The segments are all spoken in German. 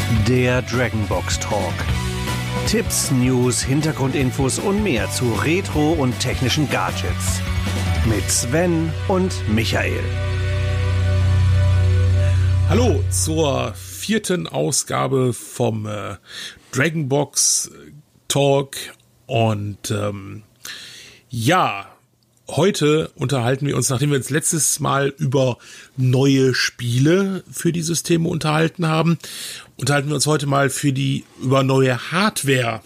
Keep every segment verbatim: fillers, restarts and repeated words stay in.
Der Dragonbox Talk. Tipps, News, Hintergrundinfos und mehr zu Retro und technischen Gadgets. Mit Sven und Michael. Hallo zur vierten Ausgabe vom äh, Dragonbox Talk. Und ähm, ja, heute unterhalten wir uns, nachdem wir uns letztes Mal über neue Spiele für die Systeme unterhalten haben, unterhalten wir uns heute mal für die über neue Hardware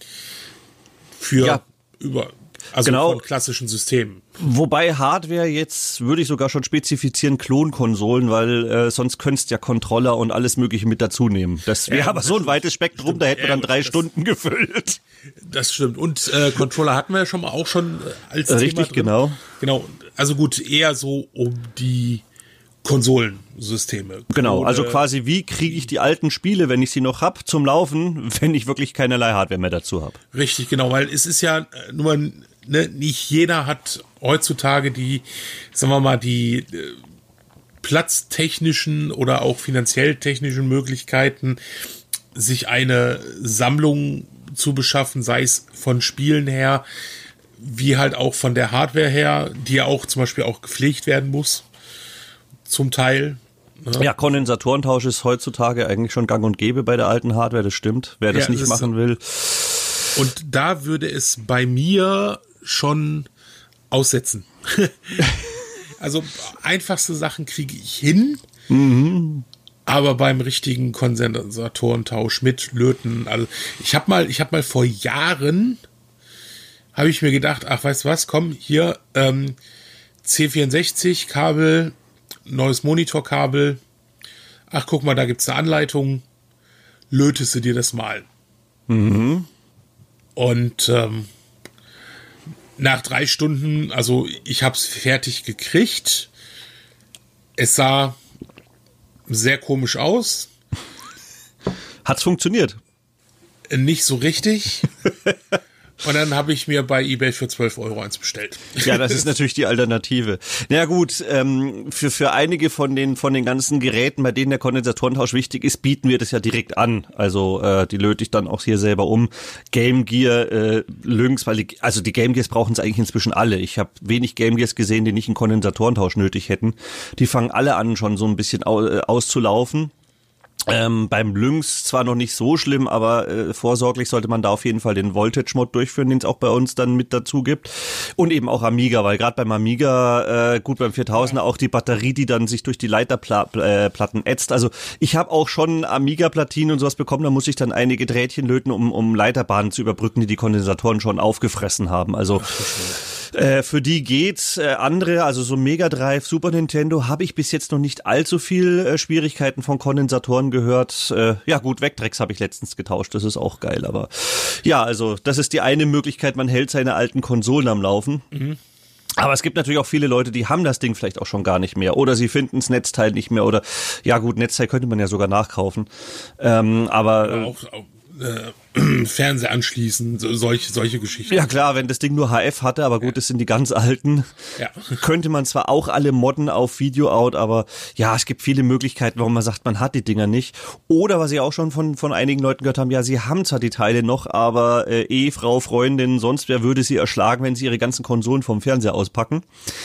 für ja. über also genau. von klassischen Systemen. Wobei Hardware jetzt würde ich sogar schon spezifizieren Klonkonsolen, weil äh, sonst könntest ja Controller und alles Mögliche mit dazu nehmen. Das wäre ja, aber so ein weites Spektrum, stimmt. Da hätten wir dann drei ja, Stunden gefüllt. Das stimmt. Und äh, Controller hatten wir ja schon mal auch schon als Richtig, Thema drin. genau. Genau. Also gut, eher so um die Konsolensysteme. Genau, Oder also quasi wie kriege ich die alten Spiele, wenn ich sie noch hab, zum Laufen, wenn ich wirklich keinerlei Hardware mehr dazu habe. Richtig, genau, weil es ist ja nur mal, ne, nicht jeder hat heutzutage die, sagen wir mal, die äh, platztechnischen oder auch finanziell technischen Möglichkeiten, sich eine Sammlung zu beschaffen, sei es von Spielen her, wie halt auch von der Hardware her, die ja auch zum Beispiel auch gepflegt werden muss. Zum Teil. Ne? Ja, Kondensatorentausch ist heutzutage eigentlich schon gang und gäbe bei der alten Hardware, das stimmt. Wer das ja, nicht das machen will. Und da würde es bei mir schon aussetzen. Also einfachste Sachen kriege ich hin, mhm. aber beim richtigen Kondensatorentausch mit Löten, also ich habe mal, ich habe mal vor Jahren, habe ich mir gedacht, ach, weißt du was, komm, hier ähm, C vierundsechzig Kabel, neues Monitorkabel. Ach, guck mal, da gibt's eine Anleitung. Lötest du dir das mal. Mhm. Und ähm, nach drei Stunden, also ich hab's fertig gekriegt. Es sah sehr komisch aus. Hat's funktioniert? Nicht so richtig. Und dann habe ich mir bei eBay für zwölf Euro eins bestellt. Ja, das ist natürlich die Alternative. Na ja, gut, ähm, für für einige von den von den ganzen Geräten, bei denen der Kondensatorentausch wichtig ist, bieten wir das ja direkt an. Also äh, die löte ich dann auch hier selber um. Game Gear, äh, Lynx, weil die, also die Game Gears brauchen es eigentlich inzwischen alle. Ich habe wenig Game Gears gesehen, die nicht einen Kondensatorentausch nötig hätten. Die fangen alle an, schon so ein bisschen au, äh, auszulaufen. Ähm, beim Lynx zwar noch nicht so schlimm, aber äh, vorsorglich sollte man da auf jeden Fall den Voltage-Mod durchführen, den es auch bei uns dann mit dazu gibt. Und eben auch Amiga, weil gerade beim Amiga, äh, gut beim viertausender auch die Batterie, die dann sich durch die Leiterplatten ätzt. Also ich habe auch schon Amiga-Platinen und sowas bekommen, da muss ich dann einige Drähtchen löten, um, um Leiterbahnen zu überbrücken, die die Kondensatoren schon aufgefressen haben. Also Äh, für die geht's. Äh, andere, also so Mega Drive, Super Nintendo, habe ich bis jetzt noch nicht allzu viel äh, Schwierigkeiten von Kondensatoren gehört. Äh, ja gut, Vectrex habe ich letztens getauscht, das ist auch geil. Aber ja, also das ist die eine Möglichkeit, man hält seine alten Konsolen am Laufen. Mhm. Aber es gibt natürlich auch viele Leute, die haben das Ding vielleicht auch schon gar nicht mehr. Oder sie finden das Netzteil nicht mehr. Oder ja gut, Netzteil könnte man ja sogar nachkaufen. Ähm, aber äh, auch, auch äh, Fernseher anschließen, so, solche, solche Geschichten. Ja klar, wenn das Ding nur H F hatte, aber gut, ja. Das sind die ganz alten. Ja. Könnte man zwar auch alle modden auf Video-Out, aber ja, es gibt viele Möglichkeiten, warum man sagt, man hat die Dinger nicht. Oder was ich auch schon von von einigen Leuten gehört haben, ja, sie haben zwar die Teile noch, aber äh, Ehefrau, Freundin, sonst wer würde sie erschlagen, wenn sie ihre ganzen Konsolen vom Fernseher auspacken.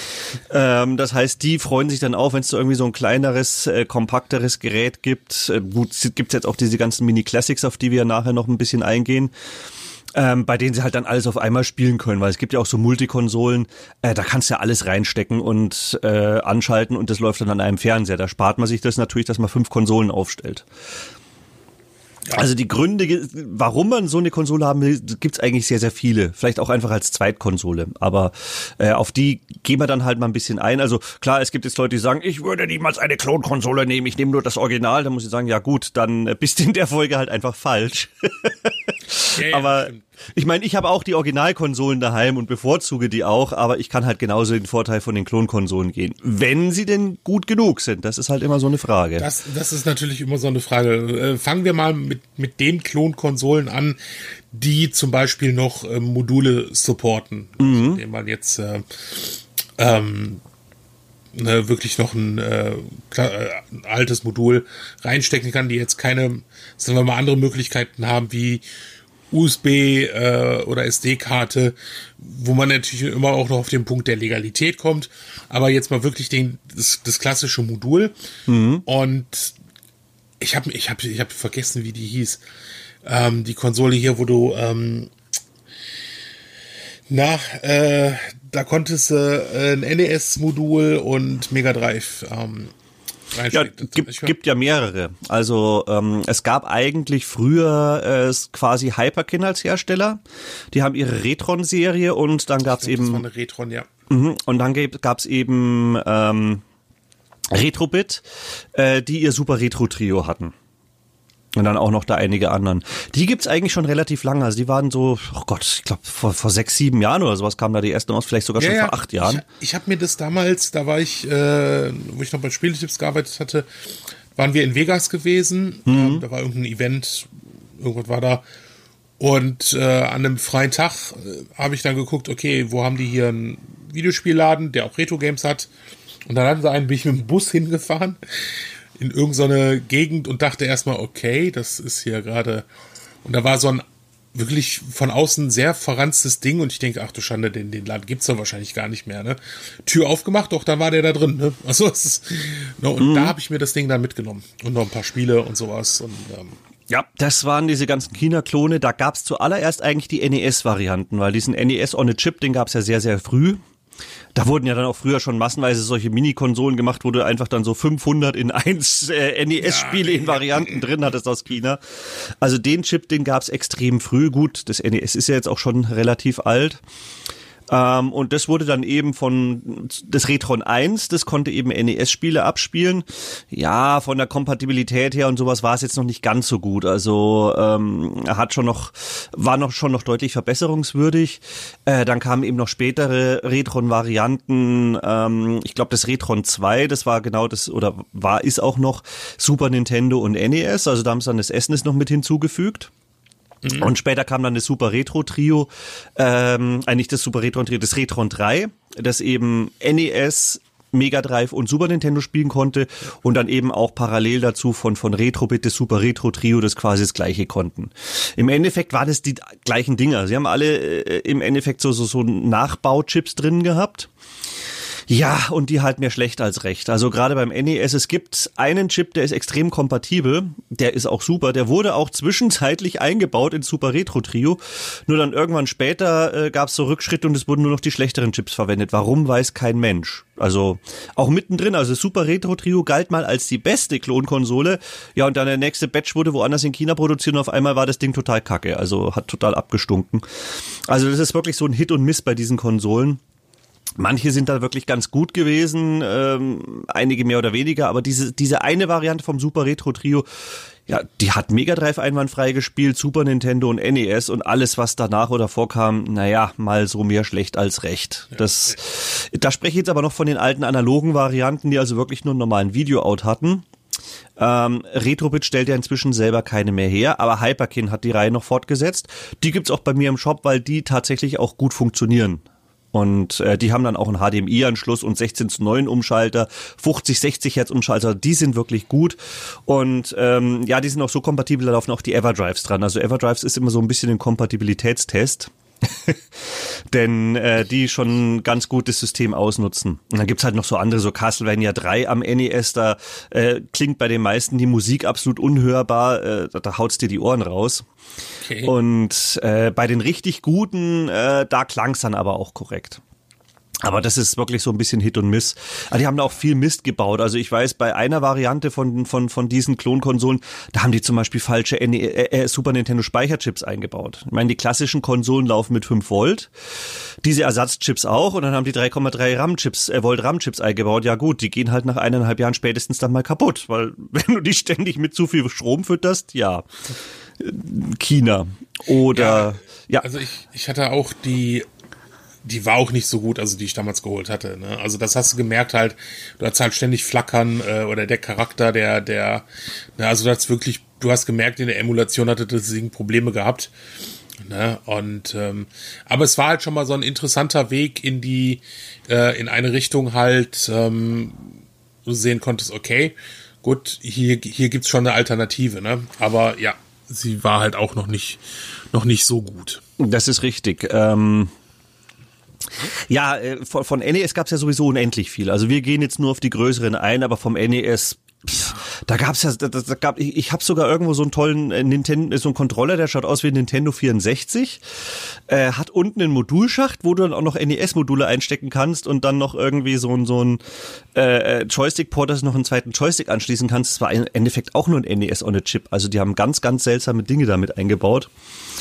Ähm, das heißt, die freuen sich dann auch, wenn es so irgendwie so ein kleineres, äh, kompakteres Gerät gibt. Äh, gut, es gibt jetzt auch diese ganzen Mini-Classics, auf die wir nachher noch ein bisschen eingehen, ähm, bei denen sie halt dann alles auf einmal spielen können, weil es gibt ja auch so Multikonsolen, äh, da kannst du ja alles reinstecken und äh, anschalten und das läuft dann an einem Fernseher. Da spart man sich das natürlich, dass man fünf Konsolen aufstellt. Also die Gründe, warum man so eine Konsole haben will, gibt's eigentlich sehr, sehr viele. Vielleicht auch einfach als Zweitkonsole. Aber äh, auf die gehen wir dann halt mal ein bisschen ein. Also klar, es gibt jetzt Leute, die sagen, ich würde niemals eine Klonkonsole nehmen, ich nehme nur das Original. Da muss ich sagen, ja gut, dann bist du in der Folge halt einfach falsch. Ja, ja, aber stimmt. Ich meine, ich habe auch die Originalkonsolen daheim und bevorzuge die auch, aber ich kann halt genauso den Vorteil von den Klonkonsolen gehen. Wenn sie denn gut genug sind, das ist halt immer so eine Frage. Das, das ist natürlich immer so eine Frage. Äh, fangen wir mal mit, mit den Klonkonsolen an, die zum Beispiel noch äh, Module supporten. Mhm. Indem man jetzt äh, ähm, ne, wirklich noch ein, äh, äh, ein altes Modul reinstecken kann, die jetzt keine, sagen wir mal, andere Möglichkeiten haben wie U S B äh, oder S D-Karte, wo man natürlich immer auch noch auf den Punkt der Legalität kommt, aber jetzt mal wirklich den, das, das klassische Modul. Mhm. Und ich habe ich hab, ich hab vergessen, wie die hieß. Ähm, die Konsole hier, wo du ähm, na, äh, da konntest du äh, ein N E S-Modul und Mega Drive ähm, ja, gibt, gibt ja mehrere. Also ähm, es gab eigentlich früher äh, quasi Hyperkin als Hersteller. Die haben ihre Retron-Serie und dann gab's eben... Das war eine Retron, ja. Mhm, und dann gab's eben ähm, Retrobit, äh, die ihr Super Retro Trio hatten. Und dann auch noch da einige anderen. Die gibt's eigentlich schon relativ lange. Also die waren so, oh Gott, ich glaube vor, vor sechs, sieben Jahren oder sowas kamen da die ersten raus, vielleicht sogar ja, schon ja. vor acht Jahren. Ich, ich habe mir das damals, da war ich, äh, wo ich noch bei Spieletipps gearbeitet hatte, waren wir in Vegas gewesen. Mhm. Ähm, da war irgendein Event, irgendwas war da. Und äh, an einem freien Tag äh, habe ich dann geguckt, okay, wo haben die hier einen Videospielladen, der auch Retro-Games hat. Und dann hatten sie einen, bin ich mit dem Bus hingefahren in irgendeine Gegend und dachte erstmal, okay, das ist hier gerade, und da war so ein wirklich von außen sehr verranztes Ding und ich denke, ach du Schande, den, den Laden gibt's doch wahrscheinlich gar nicht mehr, ne? Tür aufgemacht, doch, dann war der da drin, ne? Also es ist, ne? Und mhm. da habe ich mir das Ding dann mitgenommen und noch ein paar Spiele und sowas und ähm, ja, das waren diese ganzen China-Klone, da gab's zuallererst eigentlich die N E S-Varianten, weil diesen N E S on a Chip, den gab's ja sehr, sehr früh. Da wurden ja dann auch früher schon massenweise solche Mini-Konsolen gemacht, wo du einfach dann so fünfhundert in eins äh, N E S-Spiele ja, in Varianten ja. drin hattest aus China. Also den Chip, den gab's extrem früh. Gut, das N E S ist ja jetzt auch schon relativ alt. Ähm, und das wurde dann eben von das Retron eins, das konnte eben N E S-Spiele abspielen. Ja, von der Kompatibilität her und sowas war es jetzt noch nicht ganz so gut. Also ähm, hat schon noch, war noch schon noch deutlich verbesserungswürdig. Äh, dann kamen eben noch spätere Retron-Varianten. Ähm, ich glaube, das Retron zwei, das war genau das, oder war, ist auch noch Super Nintendo und N E S. Also da haben sie dann das S N E S noch mit hinzugefügt. Mhm. Und später kam dann das Super Retro Trio, ähm, eigentlich das Super Retro Trio, das Retron drei, das eben N E S, Mega Drive und Super Nintendo spielen konnte und dann eben auch parallel dazu von von Retrobit das Super Retro Trio, das quasi das gleiche konnten. Im Endeffekt waren das die gleichen Dinger. Sie haben alle äh, im Endeffekt so so so Nachbauchips drin gehabt. Ja, und die halt mehr schlecht als recht. Also gerade beim N E S, es gibt einen Chip, der ist extrem kompatibel, der ist auch super, der wurde auch zwischenzeitlich eingebaut ins Super Retro Trio, nur dann irgendwann später äh, gab es so Rückschritte und es wurden nur noch die schlechteren Chips verwendet. Warum, weiß kein Mensch. Also auch mittendrin, also das Super Retro Trio galt mal als die beste Klonkonsole, ja, und dann der nächste Batch wurde woanders in China produziert und auf einmal war das Ding total kacke, also hat total abgestunken. Also das ist wirklich so ein Hit und Miss bei diesen Konsolen. Manche sind da wirklich ganz gut gewesen, ähm, einige mehr oder weniger, aber diese diese eine Variante vom Super Retro Trio, ja, die hat Mega Drive einwandfrei gespielt, Super Nintendo und N E S und alles, was danach oder vorkam, naja, mal so mehr schlecht als recht. Das, da spreche ich jetzt aber noch von den alten analogen Varianten, die also wirklich nur einen normalen Video-Out hatten. Ähm, Retrobit stellt ja inzwischen selber keine mehr her, aber Hyperkin hat die Reihe noch fortgesetzt. Die gibt's auch bei mir im Shop, weil die tatsächlich auch gut funktionieren. Und äh, die haben dann auch einen H D M I-Anschluss und sechzehn zu neun Umschalter, fünfzig, sechzig Hertz Umschalter, die sind wirklich gut. Und ähm, ja, die sind auch so kompatibel, da laufen auch die Everdrives dran. Also Everdrives ist immer so ein bisschen ein Kompatibilitätstest. Denn äh, die schon ganz gut das System ausnutzen. Und dann gibt's halt noch so andere, so Castlevania drei am N E S, da äh, klingt bei den meisten die Musik absolut unhörbar, äh, da, da haut's dir die Ohren raus. Okay. Und äh, bei den richtig guten, äh, da klang's dann aber auch korrekt. Aber das ist wirklich so ein bisschen Hit und Miss. Aber die haben da auch viel Mist gebaut. Also ich weiß, bei einer Variante von von von diesen Klonkonsolen, da haben die zum Beispiel falsche N E, äh, Super Nintendo Speicherchips eingebaut. Ich meine, die klassischen Konsolen laufen mit fünf Volt. Diese Ersatzchips auch. Und dann haben die drei Komma drei RAM-Chips, äh, Volt RAM-Chips eingebaut. Ja gut, die gehen halt nach eineinhalb Jahren spätestens dann mal kaputt. Weil wenn du die ständig mit zu viel Strom fütterst, ja, China. Oder, ja. ja. Also ich, ich hatte auch die... Die war auch nicht so gut, also die ich damals geholt hatte. Ne? Also das hast du gemerkt halt, du hast halt ständig Flackern äh, oder der Charakter, der, der, ne, also du hast wirklich, du hast gemerkt, in der Emulation hatte das Ding Probleme gehabt. Ne? Und ähm, aber es war halt schon mal so ein interessanter Weg in die, äh, in eine Richtung halt, ähm, du sehen konntest, okay, gut, hier, hier gibt's schon eine Alternative, ne? Aber ja, sie war halt auch noch nicht, noch nicht so gut. Das ist richtig. Ähm ja, von, von N E S gab's ja sowieso unendlich viel. Also wir gehen jetzt nur auf die größeren ein, aber vom N E S Pff, da gab's ja, da, da gab, ich, ich habe sogar irgendwo so einen tollen äh, Nintendo, so einen Controller, der schaut aus wie ein Nintendo vierundsechzig, äh, hat unten einen Modulschacht, wo du dann auch noch N E S-Module einstecken kannst und dann noch irgendwie so ein so ein äh, Joystick-Port, dass du noch einen zweiten Joystick anschließen kannst. Das war im Endeffekt auch nur ein N E S on a Chip. Also die haben ganz, ganz seltsame Dinge damit eingebaut.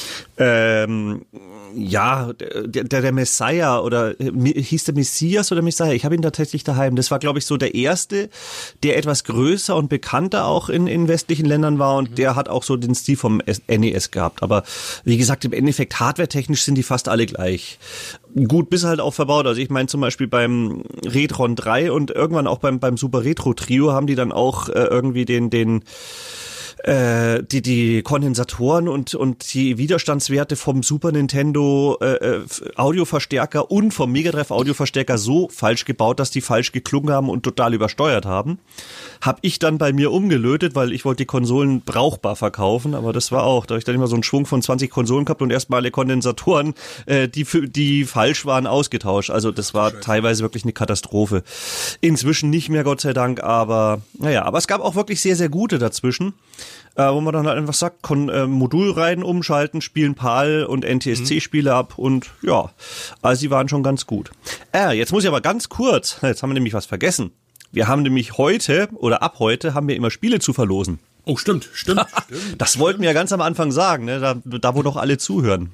Ähm, ja, der, der, der Messiah oder hieß der Messias oder Messiah? Ich habe ihn tatsächlich daheim. Das war, glaube ich, so der erste, der etwas größer und bekannter auch in, in westlichen Ländern war und mhm. der hat auch so den Stil vom N E S gehabt. Aber wie gesagt, im Endeffekt hardwaretechnisch sind die fast alle gleich. Gut, bis halt auch verbaut. Also ich meine zum Beispiel beim Retron drei und irgendwann auch beim, beim Super Retro Trio haben die dann auch äh, irgendwie den, den Äh, die die Kondensatoren und und die Widerstandswerte vom Super Nintendo äh, Audioverstärker und vom Mega Drive Audioverstärker so falsch gebaut, dass die falsch geklungen haben und total übersteuert haben. Hab ich dann bei mir umgelötet, weil ich wollte die Konsolen brauchbar verkaufen, aber das war auch, da habe ich dann immer so einen Schwung von zwanzig Konsolen gehabt und erstmal alle Kondensatoren, äh, die die falsch waren, ausgetauscht. Also das war Scheiße. Teilweise wirklich eine Katastrophe. Inzwischen nicht mehr, Gott sei Dank, aber naja, aber es gab auch wirklich sehr, sehr gute dazwischen. Äh, wo man dann halt einfach sagt, Kon- äh, Modulreihen umschalten, spielen PAL und N T S C-Spiele mhm. ab und ja, also die waren schon ganz gut. Äh, jetzt muss ich aber ganz kurz, jetzt haben wir nämlich was vergessen. Wir haben nämlich heute oder ab heute haben wir immer Spiele zu verlosen. Oh, stimmt, stimmt. stimmt das stimmt. wollten wir ja ganz am Anfang sagen, ne? da, da wo doch alle zuhören.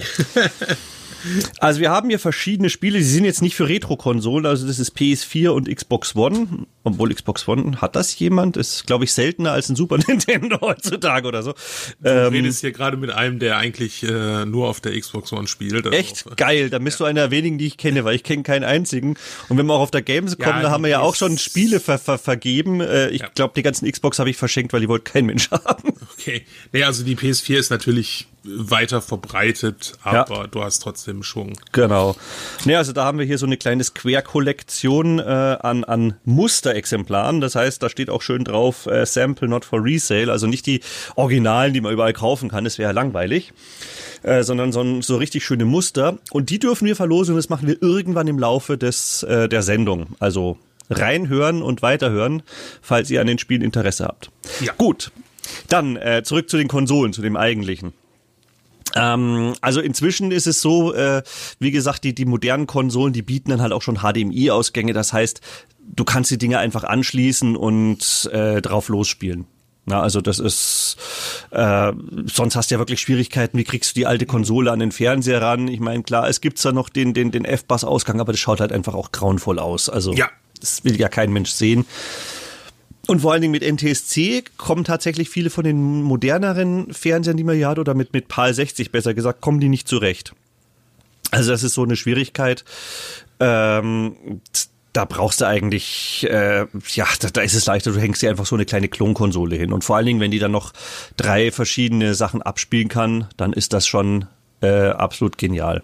Also wir haben hier verschiedene Spiele, die sind jetzt nicht für Retro-Konsolen, also das ist P S vier und Xbox One, obwohl Xbox One, hat das jemand? Ist, glaube ich, seltener als ein Super Nintendo heutzutage oder so. Du ähm, redest hier gerade mit einem, der eigentlich äh, nur auf der Xbox One spielt. Also echt auf, geil, da bist ja. du einer der wenigen, die ich kenne, weil ich kenne keinen einzigen. Und wenn wir auch auf der Games kommen, ja, da haben wir ja auch schon Spiele ver- ver- vergeben. Äh, ich ja. glaube, die ganzen Xbox habe ich verschenkt, weil die wollte kein Mensch haben. Okay, nee, also die P S vier ist natürlich weiter verbreitet, aber ja. du hast trotzdem Schwung. Genau. Ne, also da haben wir hier so eine kleine Square-Kollektion äh, an, an Musterexemplaren. Das heißt, da steht auch schön drauf, äh, Sample not for resale, also nicht die Originalen, die man überall kaufen kann, das wäre ja langweilig, äh, sondern so, so richtig schöne Muster. Und die dürfen wir verlosen und das machen wir irgendwann im Laufe des äh, der Sendung. Also reinhören und weiterhören, falls ihr an den Spielen Interesse habt. Ja. Gut, dann äh, zurück zu den Konsolen, zu dem eigentlichen. Ähm, also inzwischen ist es so, äh, wie gesagt, die die modernen Konsolen, die bieten dann halt auch schon H D M I-Ausgänge. Das heißt, du kannst die Dinger einfach anschließen und äh, drauf losspielen. Na, also das ist, äh, sonst hast du ja wirklich Schwierigkeiten, wie kriegst du die alte Konsole an den Fernseher ran? Ich meine, klar, es gibt zwar noch den den den F-Bass-Ausgang, aber das schaut halt einfach auch grauenvoll aus. Also ja. Das will ja kein Mensch sehen. Und vor allen Dingen mit N T S C kommen tatsächlich viele von den moderneren Fernsehern, die man hier hat, oder mit, mit PAL sechzig besser gesagt, kommen die nicht zurecht. Also das ist so eine Schwierigkeit. Ähm, da brauchst du eigentlich, äh, ja, da, da ist es leichter, du hängst dir einfach so eine kleine Klonkonsole hin. Und vor allen Dingen, wenn die dann noch drei verschiedene Sachen abspielen kann, dann ist das schon äh, absolut genial.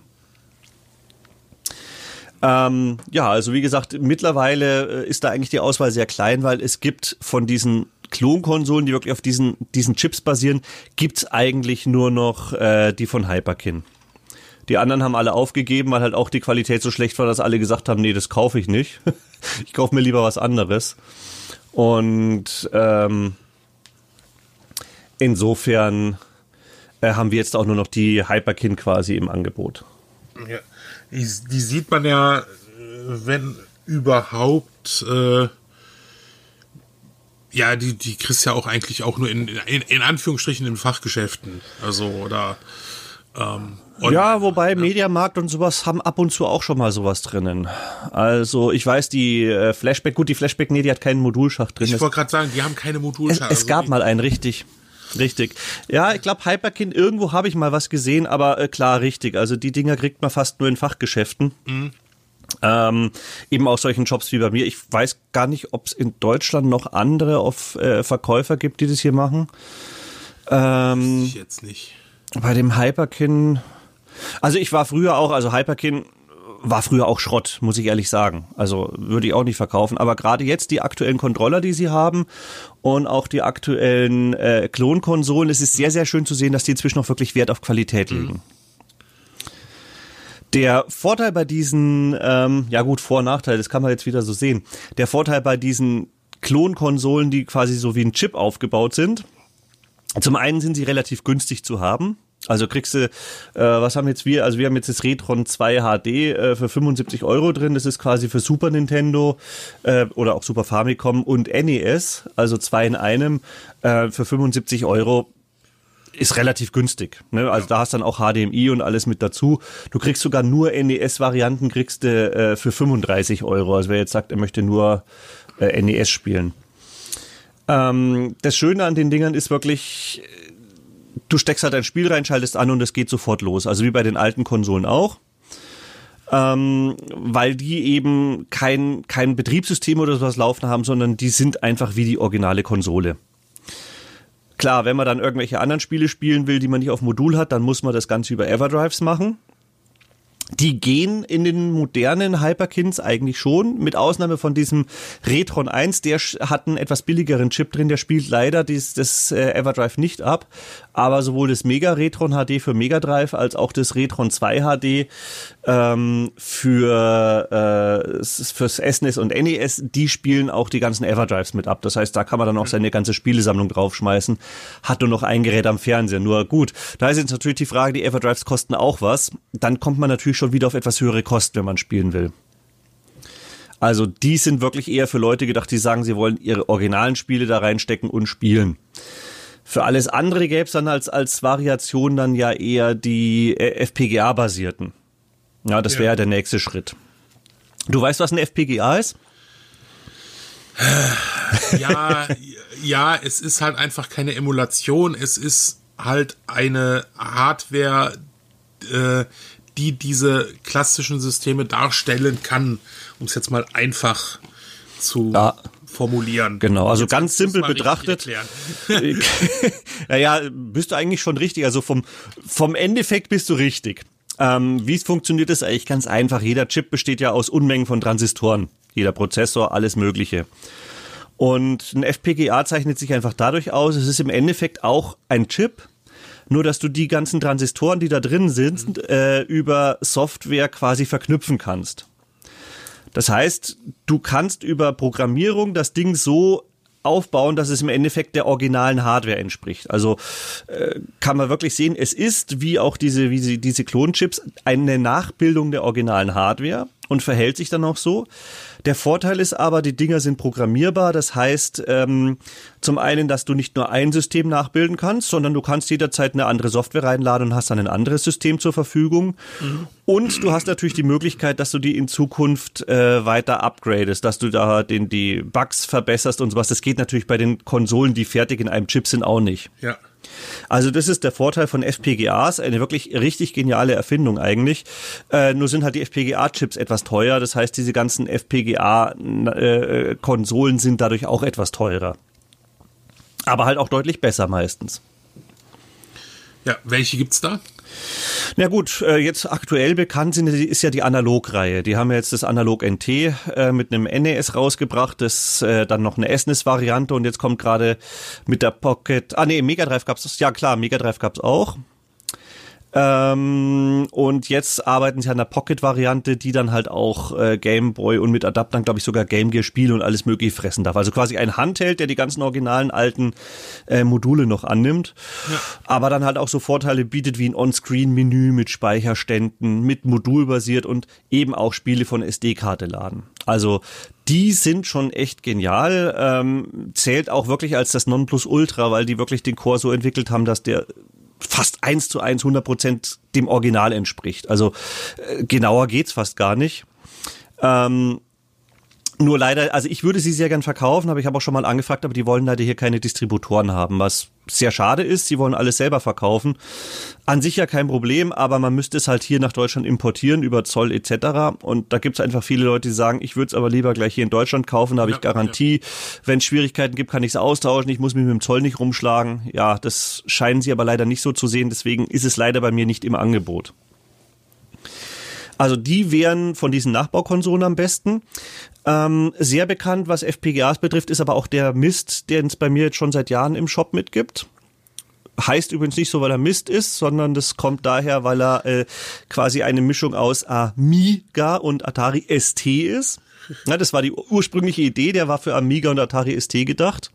Ähm, ja, also wie gesagt, mittlerweile ist da eigentlich die Auswahl sehr klein, weil es gibt von diesen Klonkonsolen, die wirklich auf diesen diesen Chips basieren, gibt's eigentlich nur noch äh, die von Hyperkin. Die anderen haben alle aufgegeben, weil halt auch die Qualität so schlecht war, dass alle gesagt haben, nee, das kaufe ich nicht. Ich kaufe mir lieber was anderes. Und ähm, insofern äh, haben wir jetzt auch nur noch die Hyperkin quasi im Angebot. Ja. Die, die sieht man ja, wenn überhaupt, äh, ja, die, die kriegst ja auch eigentlich auch nur in, in, in Anführungsstrichen in Fachgeschäften. Also, oder, ähm, und, ja, wobei ja. Mediamarkt und sowas haben ab und zu auch schon mal sowas drinnen. Also, ich weiß, die äh, Flashback, gut, die Flashback, nee, die hat keinen Modulschacht drin. Ich wollte gerade sagen, die haben keine Modulschacht. Es, es also gab mal einen, richtig. Richtig. Ja, ich glaube, Hyperkin, irgendwo habe ich mal was gesehen, aber äh, klar, richtig. Also die Dinger kriegt man fast nur in Fachgeschäften. Mhm. Ähm, eben auch solchen Shops wie bei mir. Ich weiß gar nicht, ob es in Deutschland noch andere auf, äh, Verkäufer gibt, die das hier machen. Ähm, ich jetzt nicht. Bei dem Hyperkin, also ich war früher auch, also Hyperkin war früher auch Schrott, muss ich ehrlich sagen. Also würde ich auch nicht verkaufen. Aber gerade jetzt die aktuellen Controller, die sie haben und auch die aktuellen äh, Klonkonsolen, es ist sehr, sehr schön zu sehen, dass die inzwischen auch wirklich Wert auf Qualität legen. Mhm. Der Vorteil bei diesen, ähm, ja gut, Vor- und Nachteil, das kann man jetzt wieder so sehen. Der Vorteil bei diesen Klonkonsolen, die quasi so wie ein Chip aufgebaut sind, zum einen sind sie relativ günstig zu haben. Also kriegst du, äh, was haben jetzt wir, also wir haben jetzt das Retron zwei H D äh, für fünfundsiebzig Euro drin, das ist quasi für Super Nintendo äh, oder auch Super Famicom und N E S, also zwei in einem, äh, für fünfundsiebzig Euro, ist relativ günstig. Ne? Also da hast dann auch H D M I und alles mit dazu. Du kriegst sogar nur N E S-Varianten, kriegst du äh, für fünfunddreißig Euro, also wer jetzt sagt, er möchte nur äh, N E S spielen. Ähm, das Schöne an den Dingern ist wirklich, du steckst halt ein Spiel rein, schaltest an und es geht sofort los. Also wie bei den alten Konsolen auch. Ähm, weil die eben kein, kein Betriebssystem oder sowas laufen haben, sondern die sind einfach wie die originale Konsole. Klar, wenn man dann irgendwelche anderen Spiele spielen will, die man nicht auf Modul hat, dann muss man das Ganze über Everdrives machen. Die gehen in den modernen Hyperkins eigentlich schon, mit Ausnahme von diesem Retron eins, der hat einen etwas billigeren Chip drin, der spielt leider dies, das äh, Everdrive nicht ab, aber sowohl das Mega Retron H D für Mega Drive als auch das Retron zwei H D ähm, für äh, fürs S N E S und N E S, die spielen auch die ganzen Everdrives mit ab. Das heißt, da kann man dann auch seine ganze Spielesammlung draufschmeißen, hat nur noch ein Gerät am Fernseher. Nur gut, da ist jetzt natürlich die Frage, die Everdrives kosten auch was, dann kommt man natürlich schon wieder auf etwas höhere Kosten, wenn man spielen will. Also die sind wirklich eher für Leute gedacht, die sagen, sie wollen ihre originalen Spiele da reinstecken und spielen. Für alles andere gäbe es dann als, als Variation dann ja eher die F P G A-basierten. Ja, das wäre ja der nächste Schritt. Du weißt, was ein F P G A ist? Ja, ja, es ist halt einfach keine Emulation. Es ist halt eine Hardware, äh, die diese klassischen Systeme darstellen kann, um es jetzt mal einfach zu ja. formulieren. Genau, also jetzt ganz simpel betrachtet. Naja, bist du eigentlich schon richtig. Also vom, vom Endeffekt bist du richtig. Ähm, wie es funktioniert, ist eigentlich ganz einfach. Jeder Chip besteht ja aus Unmengen von Transistoren. Jeder Prozessor, alles Mögliche. Und ein F P G A zeichnet sich einfach dadurch aus, es ist im Endeffekt auch ein Chip, nur dass du die ganzen Transistoren, die da drin sind, mhm. äh, über Software quasi verknüpfen kannst. Das heißt, du kannst über Programmierung das Ding so aufbauen, dass es im Endeffekt der originalen Hardware entspricht. Also äh, kann man wirklich sehen, es ist, wie auch diese, wie sie, diese Klonchips, eine Nachbildung der originalen Hardware und verhält sich dann auch so. Der Vorteil ist aber, die Dinger sind programmierbar. Das heißt, ähm, zum einen, dass du nicht nur ein System nachbilden kannst, sondern du kannst jederzeit eine andere Software reinladen und hast dann ein anderes System zur Verfügung. Mhm. Und du hast natürlich die Möglichkeit, dass du die in Zukunft äh, weiter upgradest, dass du da den, die Bugs verbesserst und sowas. Das geht natürlich bei den Konsolen, die fertig in einem Chip sind, auch nicht. Ja. Also das ist der Vorteil von F P G As, eine wirklich richtig geniale Erfindung eigentlich. Äh, nur sind halt die F P G A-Chips etwas teuer, das heißt, diese ganzen F P G A-Konsolen sind dadurch auch etwas teurer. Aber halt auch deutlich besser meistens. Ja, welche gibt's da? Na gut, jetzt aktuell bekannt sind, ist ja die Analog-Reihe. Die haben jetzt das Analog N T äh, mit einem N E S rausgebracht, das äh, dann noch eine S N E S-Variante und jetzt kommt gerade mit der Pocket, ah nee, im Mega Drive gab's das, ja klar, Mega Drive gab's auch. Ähm, und jetzt arbeiten sie an der Pocket-Variante, die dann halt auch äh, Game Boy und mit Adaptern, glaube ich, sogar Game Gear Spiele und alles mögliche fressen darf. Also quasi ein Handheld, der die ganzen originalen alten äh, Module noch annimmt, ja. Aber dann halt auch so Vorteile bietet wie ein On-Screen-Menü mit Speicherständen, mit modulbasiert und eben auch Spiele von S D-Karte laden. Also die sind schon echt genial, ähm, zählt auch wirklich als das Nonplusultra, weil die wirklich den Core so entwickelt haben, dass der fast eins zu eins, hundert Prozent dem Original entspricht. Also äh, genauer geht's fast gar nicht. Ähm, Nur leider, also ich würde sie sehr gern verkaufen, aber ich habe auch schon mal angefragt, aber die wollen leider hier keine Distributoren haben, was sehr schade ist. Sie wollen alles selber verkaufen. An sich ja kein Problem, aber man müsste es halt hier nach Deutschland importieren über Zoll et cetera. Und da gibt es einfach viele Leute, die sagen, ich würde es aber lieber gleich hier in Deutschland kaufen, da habe ja, ich Garantie. Ja. Wenn es Schwierigkeiten gibt, kann ich es austauschen. Ich muss mich mit dem Zoll nicht rumschlagen. Ja, das scheinen sie aber leider nicht so zu sehen. Deswegen ist es leider bei mir nicht im Angebot. Also die wären von diesen Nachbaukonsolen am besten. Ähm, sehr bekannt, was F P G As betrifft, ist aber auch der Mist, den es bei mir jetzt schon seit Jahren im Shop mitgibt. Heißt übrigens nicht so, weil er Mist ist, sondern das kommt daher, weil er äh, quasi eine Mischung aus Amiga und Atari S T ist. Ja, das war die ursprüngliche Idee, der war für Amiga und Atari S T gedacht.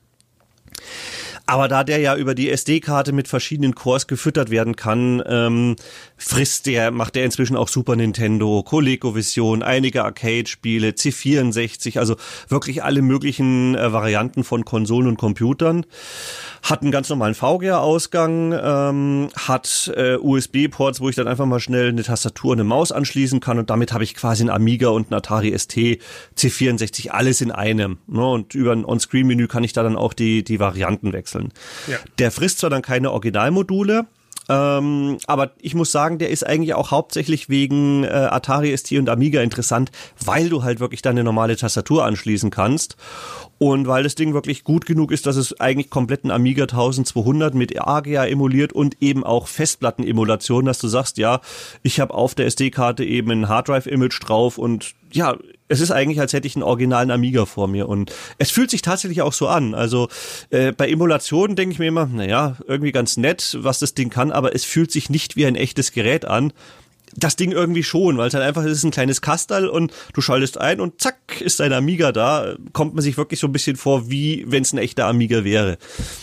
Aber da der ja über die S D-Karte mit verschiedenen Cores gefüttert werden kann, ähm, frisst der, macht der inzwischen auch Super Nintendo, ColecoVision, einige Arcade-Spiele, C vierundsechzig, also wirklich alle möglichen äh, Varianten von Konsolen und Computern. Hat einen ganz normalen V G A-Ausgang, ähm, hat äh, U S B-Ports, wo ich dann einfach mal schnell eine Tastatur und eine Maus anschließen kann und damit habe ich quasi einen Amiga und einen Atari S T, C vierundsechzig, alles in einem. Ne? Und über ein On-Screen-Menü kann ich da dann auch die, die Varianten wechseln. Ja. Der frisst zwar dann keine Originalmodule, ähm, aber ich muss sagen, der ist eigentlich auch hauptsächlich wegen äh, Atari S T und Amiga interessant, weil du halt wirklich deine normale Tastatur anschließen kannst und weil das Ding wirklich gut genug ist, dass es eigentlich komplett einen Amiga zwölfhundert mit A G A emuliert und eben auch Festplatten-Emulation, dass du sagst, ja, ich habe auf der S D-Karte eben ein Harddrive-Image drauf und ja, es ist eigentlich, als hätte ich einen originalen Amiga vor mir und es fühlt sich tatsächlich auch so an. Also äh, bei Emulationen denke ich mir immer, naja, irgendwie ganz nett, was das Ding kann, aber es fühlt sich nicht wie ein echtes Gerät an. Das Ding irgendwie schon, weil es halt einfach es ist ein kleines Kasterl und du schaltest ein und zack, ist dein Amiga da. Kommt man sich wirklich so ein bisschen vor, wie wenn es ein echter Amiga wäre.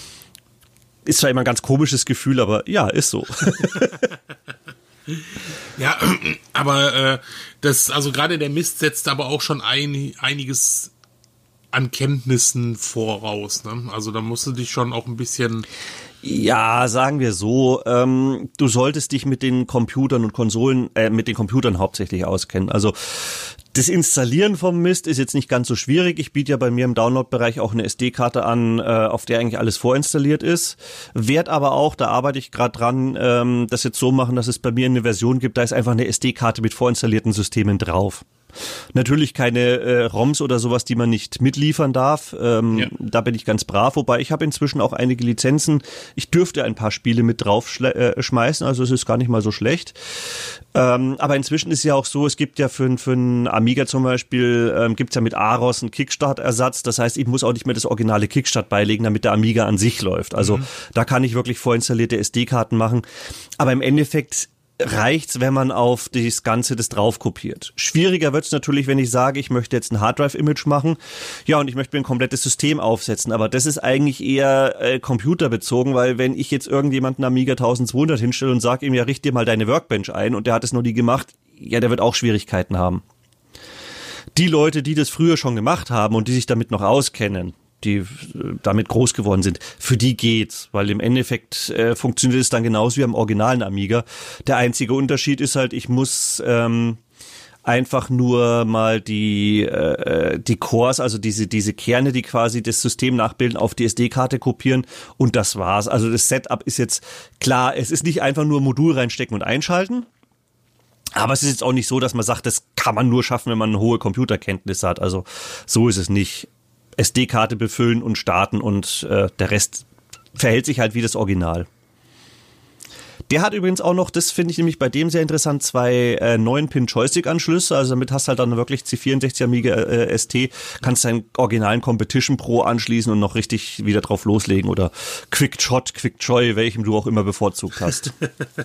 Ist zwar immer ein ganz komisches Gefühl, aber ja, ist so. Ja, aber äh, das, also gerade der Mist setzt aber auch schon ein, einiges an Kenntnissen voraus, ne? Also da musst du dich schon auch ein bisschen... Ja, sagen wir so, ähm, du solltest dich mit den Computern und Konsolen, äh, mit den Computern hauptsächlich auskennen. Also das Installieren vom Mist ist jetzt nicht ganz so schwierig. Ich biete ja bei mir im Download-Bereich auch eine S D-Karte an, äh, auf der eigentlich alles vorinstalliert ist. Werd aber auch, da arbeite ich gerade dran, ähm, das jetzt so machen, dass es bei mir eine Version gibt, da ist einfach eine S D-Karte mit vorinstallierten Systemen drauf. Natürlich keine äh, ROMs oder sowas, die man nicht mitliefern darf. Ähm, ja. Da bin ich ganz brav. Wobei ich habe inzwischen auch einige Lizenzen. Ich dürfte ein paar Spiele mit drauf schle- äh, schmeißen, also es ist gar nicht mal so schlecht. Ähm, aber inzwischen ist ja auch so, es gibt ja für, für einen Amiga zum Beispiel, ähm, gibt's ja mit Aros einen Kickstart-Ersatz. Das heißt, ich muss auch nicht mehr das originale Kickstart beilegen, damit der Amiga an sich läuft. Also mhm. da kann ich wirklich vorinstallierte S D-Karten machen. Aber im Endeffekt reicht's, wenn man auf das Ganze das drauf kopiert. Schwieriger wird's natürlich, wenn ich sage, ich möchte jetzt ein Harddrive-Image machen, ja, und ich möchte mir ein komplettes System aufsetzen, aber das ist eigentlich eher äh, computerbezogen, weil wenn ich jetzt irgendjemanden Amiga zwölfhundert hinstelle und sage ihm, ja, richte dir mal deine Workbench ein und der hat es noch nie gemacht, ja, der wird auch Schwierigkeiten haben. Die Leute, die das früher schon gemacht haben und die sich damit noch auskennen, die damit groß geworden sind, für die geht's, weil im Endeffekt äh, funktioniert es dann genauso wie am originalen Amiga. Der einzige Unterschied ist halt, ich muss ähm, einfach nur mal die äh, die Cores, also diese diese Kerne, die quasi das System nachbilden, auf die S D-Karte kopieren und das war's. Also das Setup ist jetzt klar, es ist nicht einfach nur Modul reinstecken und einschalten. Aber es ist jetzt auch nicht so, dass man sagt, das kann man nur schaffen, wenn man eine hohe Computerkenntnis hat. Also so ist es nicht. S D-Karte befüllen und starten und äh, der Rest verhält sich halt wie das Original. Der hat übrigens auch noch, das finde ich nämlich bei dem sehr interessant, zwei äh, neun Pin Joystick-Anschlüsse, also damit hast du halt dann wirklich C vierundsechzig Amiga äh, S T, kannst deinen originalen Competition Pro anschließen und noch richtig wieder drauf loslegen oder Quick Shot, Quick Joy, welchem du auch immer bevorzugt hast.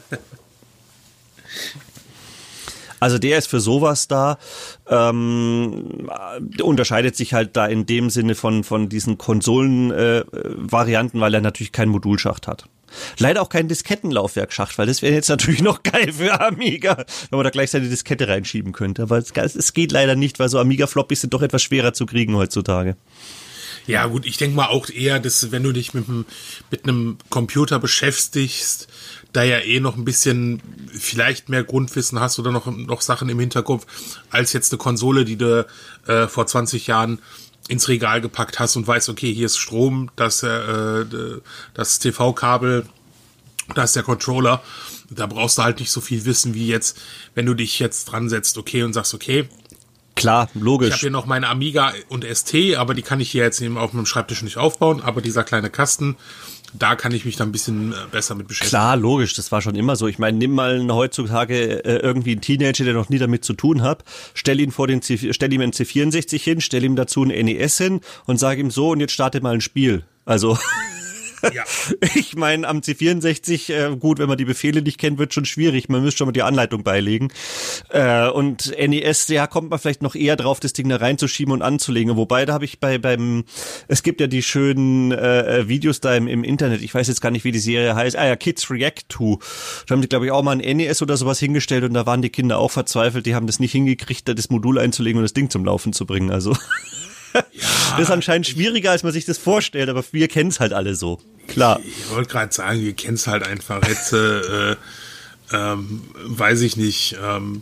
Also der ist für sowas da, ähm, unterscheidet sich halt da in dem Sinne von von diesen Konsolen-Varianten, äh, weil er natürlich keinen Modulschacht hat. Leider auch kein Diskettenlaufwerksschacht, weil das wäre jetzt natürlich noch geil für Amiga, wenn man da gleich seine Diskette reinschieben könnte. Aber es, es geht leider nicht, weil so Amiga-Floppies sind doch etwas schwerer zu kriegen heutzutage. Ja gut, ich denke mal auch eher, dass wenn du dich mit einem, mit einem Computer beschäftigst, da ja eh noch ein bisschen vielleicht mehr Grundwissen hast oder noch, noch Sachen im Hinterkopf, als jetzt eine Konsole, die du äh, vor zwanzig Jahren ins Regal gepackt hast und weißt, okay, hier ist Strom, das, äh, das T V-Kabel, da ist der Controller. Da brauchst du halt nicht so viel Wissen wie jetzt, wenn du dich jetzt dran setzt, okay, und sagst, okay, klar, logisch. ich habe hier noch meine Amiga und S T, aber die kann ich hier jetzt eben auf meinem Schreibtisch nicht aufbauen, aber dieser kleine Kasten, da kann ich mich dann ein bisschen besser mit beschäftigen. Klar, logisch, das war schon immer so. Ich meine, nimm mal heutzutage äh, irgendwie einen Teenager, der noch nie damit zu tun hat, stell ihn vor den C, stell ihm einen C vierundsechzig hin, stell ihm dazu ein N E S hin und sag ihm so, und jetzt starte mal ein Spiel. Also Ja. Ich meine, am C vierundsechzig, äh, gut, wenn man die Befehle nicht kennt, wird schon schwierig. Man müsste schon mal die Anleitung beilegen. Äh, und N E S, ja, kommt man vielleicht noch eher drauf, das Ding da reinzuschieben und anzulegen. Wobei, da habe ich bei beim, es gibt ja die schönen äh, Videos da im, im Internet. Ich weiß jetzt gar nicht, wie die Serie heißt. Ah ja, Kids React to. Da haben die, glaube ich, auch mal ein N E S oder sowas hingestellt und da waren die Kinder auch verzweifelt. Die haben das nicht hingekriegt, da das Modul einzulegen und das Ding zum Laufen zu bringen. Also ja, das ist anscheinend schwieriger, als man sich das vorstellt, aber wir kennen es halt alle so. Klar. Ich wollte gerade sagen, wir kennen es halt einfach. Jetzt, äh, ähm, weiß ich nicht, ähm,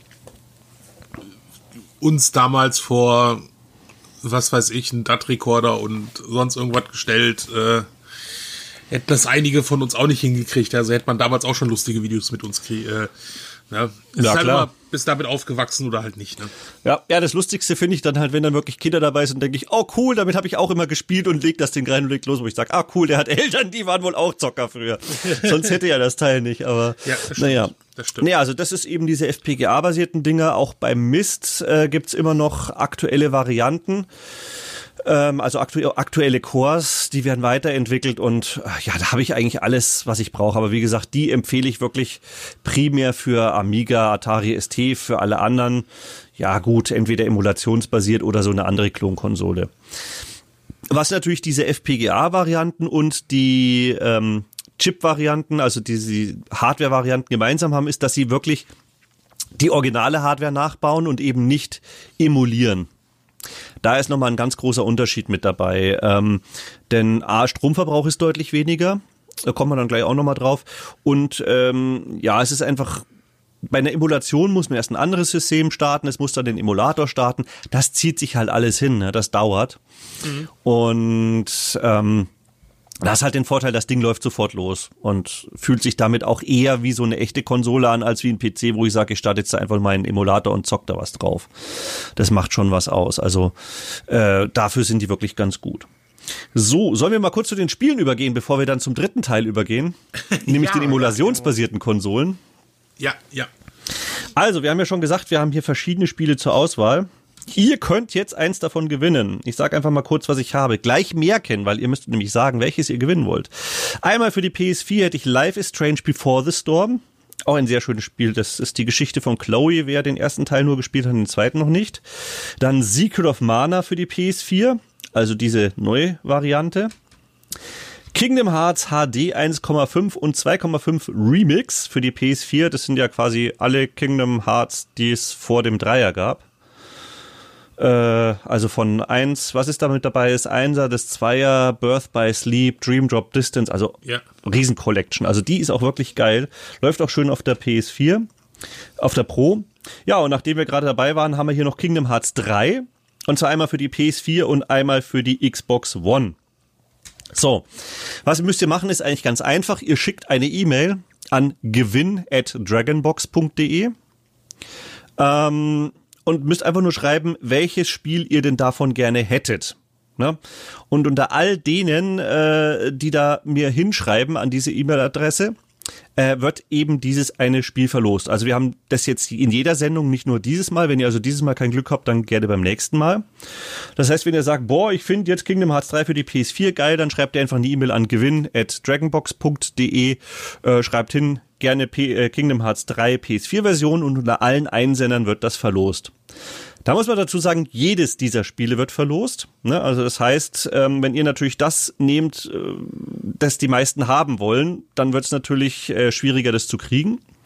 uns damals vor, was weiß ich, einen D A T-Recorder und sonst irgendwas gestellt, äh, hätten das einige von uns auch nicht hingekriegt. Also hätte man damals auch schon lustige Videos mit uns gekriegt. Äh, ne? Es ja, ist halt klar. immer, bist damit aufgewachsen oder halt nicht. Ne? Ja, ja, das Lustigste finde ich dann halt, wenn dann wirklich Kinder dabei sind, denke ich, oh cool, damit habe ich auch immer gespielt und leg das Ding rein und leg los, wo ich sage, ah cool, der hat Eltern, die waren wohl auch Zocker früher. Sonst hätte ja das Teil nicht, aber ja, das naja. Das stimmt. Naja, also das ist eben diese F P G A-basierten Dinger. Auch beim Myst äh, gibt's immer noch aktuelle Varianten. Also aktu- aktuelle Cores, die werden weiterentwickelt und ja, da habe ich eigentlich alles, was ich brauche. Aber wie gesagt, die empfehle ich wirklich primär für Amiga, Atari S T, für alle anderen. Ja gut, entweder emulationsbasiert oder so eine andere Klonkonsole. Was natürlich diese F P G A-Varianten und die ähm, Chip-Varianten, also diese Hardware-Varianten gemeinsam haben, ist, dass sie wirklich die originale Hardware nachbauen und eben nicht emulieren. Da ist nochmal ein ganz großer Unterschied mit dabei, ähm, denn A, Stromverbrauch ist deutlich weniger, da kommen wir dann gleich auch nochmal drauf und ähm, ja, es ist einfach, bei einer Emulation muss man erst ein anderes System starten, es muss dann den Emulator starten, das zieht sich halt alles hin, ne? Das dauert mhm. und ähm, das ist halt den Vorteil, das Ding läuft sofort los und fühlt sich damit auch eher wie so eine echte Konsole an, als wie ein P C, wo ich sage, ich starte jetzt einfach mal einen Emulator und zock da was drauf. Das macht schon was aus. Also äh, dafür sind die wirklich ganz gut. So, sollen wir mal kurz zu den Spielen übergehen, bevor wir dann zum dritten Teil übergehen? Nämlich ja, den emulationsbasierten Konsolen. Ja, ja. Also, wir haben ja schon gesagt, wir haben hier verschiedene Spiele zur Auswahl. Ihr könnt jetzt eins davon gewinnen. Ich sage einfach mal kurz, was ich habe. Gleich merken, weil ihr müsst nämlich sagen, welches ihr gewinnen wollt. Einmal für die P S vier hätte ich Life is Strange Before the Storm. Auch ein sehr schönes Spiel. Das ist die Geschichte von Chloe, wer den ersten Teil nur gespielt hat, den zweiten noch nicht. Dann Secret of Mana für die P S vier, also diese neue Variante. Kingdom Hearts H D eins Komma fünf und zwei Komma fünf Remix für die P S vier. Das sind ja quasi alle Kingdom Hearts, die es vor dem Dreier gab. Also von eins, was ist damit dabei? Das Einser, das Zweier, Birth by Sleep, Dream Drop Distance, also ja. Riesen-Collection. Also die ist auch wirklich geil. Läuft auch schön auf der P S vier, auf der Pro. Ja, und nachdem wir gerade dabei waren, haben wir hier noch Kingdom Hearts drei. Und zwar einmal für die P S vier und einmal für die Xbox One. So, was müsst ihr machen, ist eigentlich ganz einfach. Ihr schickt eine E-Mail an gewinn at dragonbox punkt de. Ähm... Und müsst einfach nur schreiben, welches Spiel ihr denn davon gerne hättet. Ne? Und unter all denen, äh, die da mir hinschreiben an diese E-Mail-Adresse, äh, wird eben dieses eine Spiel verlost. Also wir haben das jetzt in jeder Sendung, nicht nur dieses Mal. Wenn ihr also dieses Mal kein Glück habt, dann gerne beim nächsten Mal. Das heißt, wenn ihr sagt, boah, ich finde jetzt Kingdom Hearts drei für die P S vier geil, dann schreibt ihr einfach eine E-Mail an gewinn at dragonbox punkt de, äh, schreibt hin, gerne P- äh, Kingdom Hearts drei P S vier Version und unter allen Einsendern wird das verlost. Da muss man dazu sagen, jedes dieser Spiele wird verlost. Ne? Also das heißt, ähm, wenn ihr natürlich das nehmt, äh, das die meisten haben wollen, dann wird es natürlich äh, schwieriger, das zu kriegen.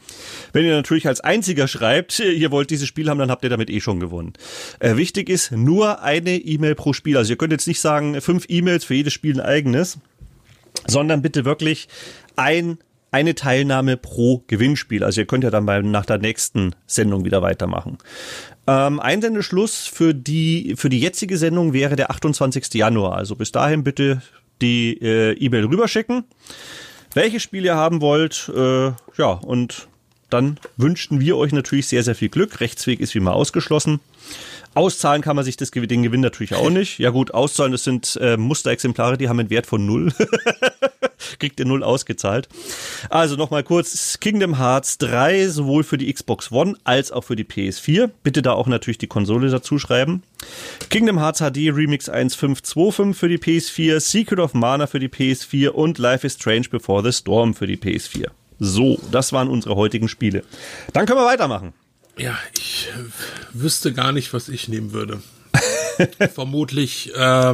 Wenn ihr natürlich als einziger schreibt, ihr wollt dieses Spiel haben, dann habt ihr damit eh schon gewonnen. Äh, wichtig ist, nur eine E-Mail pro Spiel. Also ihr könnt jetzt nicht sagen, fünf E-Mails für jedes Spiel ein eigenes, sondern bitte wirklich ein eine Teilnahme pro Gewinnspiel. Also ihr könnt ja dann bei, nach der nächsten Sendung wieder weitermachen. Ähm, Einsendeschluss für die, für die jetzige Sendung wäre der achtundzwanzigsten Januar. Also bis dahin bitte die äh, E-Mail rüberschicken, welche Spiele ihr haben wollt. Äh, ja, und dann wünschten wir euch natürlich sehr, sehr viel Glück. Rechtsweg ist wie immer ausgeschlossen. Auszahlen kann man sich das, den Gewinn natürlich auch nicht. Ja gut, auszahlen, das sind äh, Musterexemplare, die haben einen Wert von null. Kriegt ihr null ausgezahlt. Also nochmal kurz, Kingdom Hearts drei, sowohl für die Xbox One als auch für die P S vier. Bitte da auch natürlich die Konsole dazu schreiben. Kingdom Hearts H D Remix eins Punkt fünf Punkt fünfundzwanzig für die P S vier, Secret of Mana für die P S vier und Life is Strange Before the Storm für die P S vier. So, das waren unsere heutigen Spiele. Dann können wir weitermachen. Ja, ich äh, wüsste gar nicht, was ich nehmen würde. Vermutlich äh,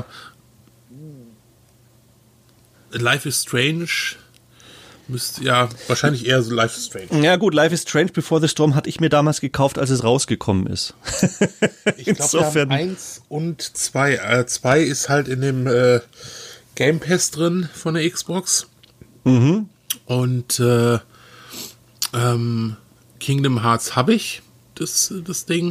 Life is Strange müsste, ja, wahrscheinlich eher so Life is Strange. Ja gut, Life is Strange Before the Storm hatte ich mir damals gekauft, als es rausgekommen ist. Ich glaube, wir haben eins und zwei. Äh, zwei ist halt in dem äh, Game Pass drin von der Xbox. Mhm. Und äh, ähm, Kingdom Hearts habe ich, das, das Ding.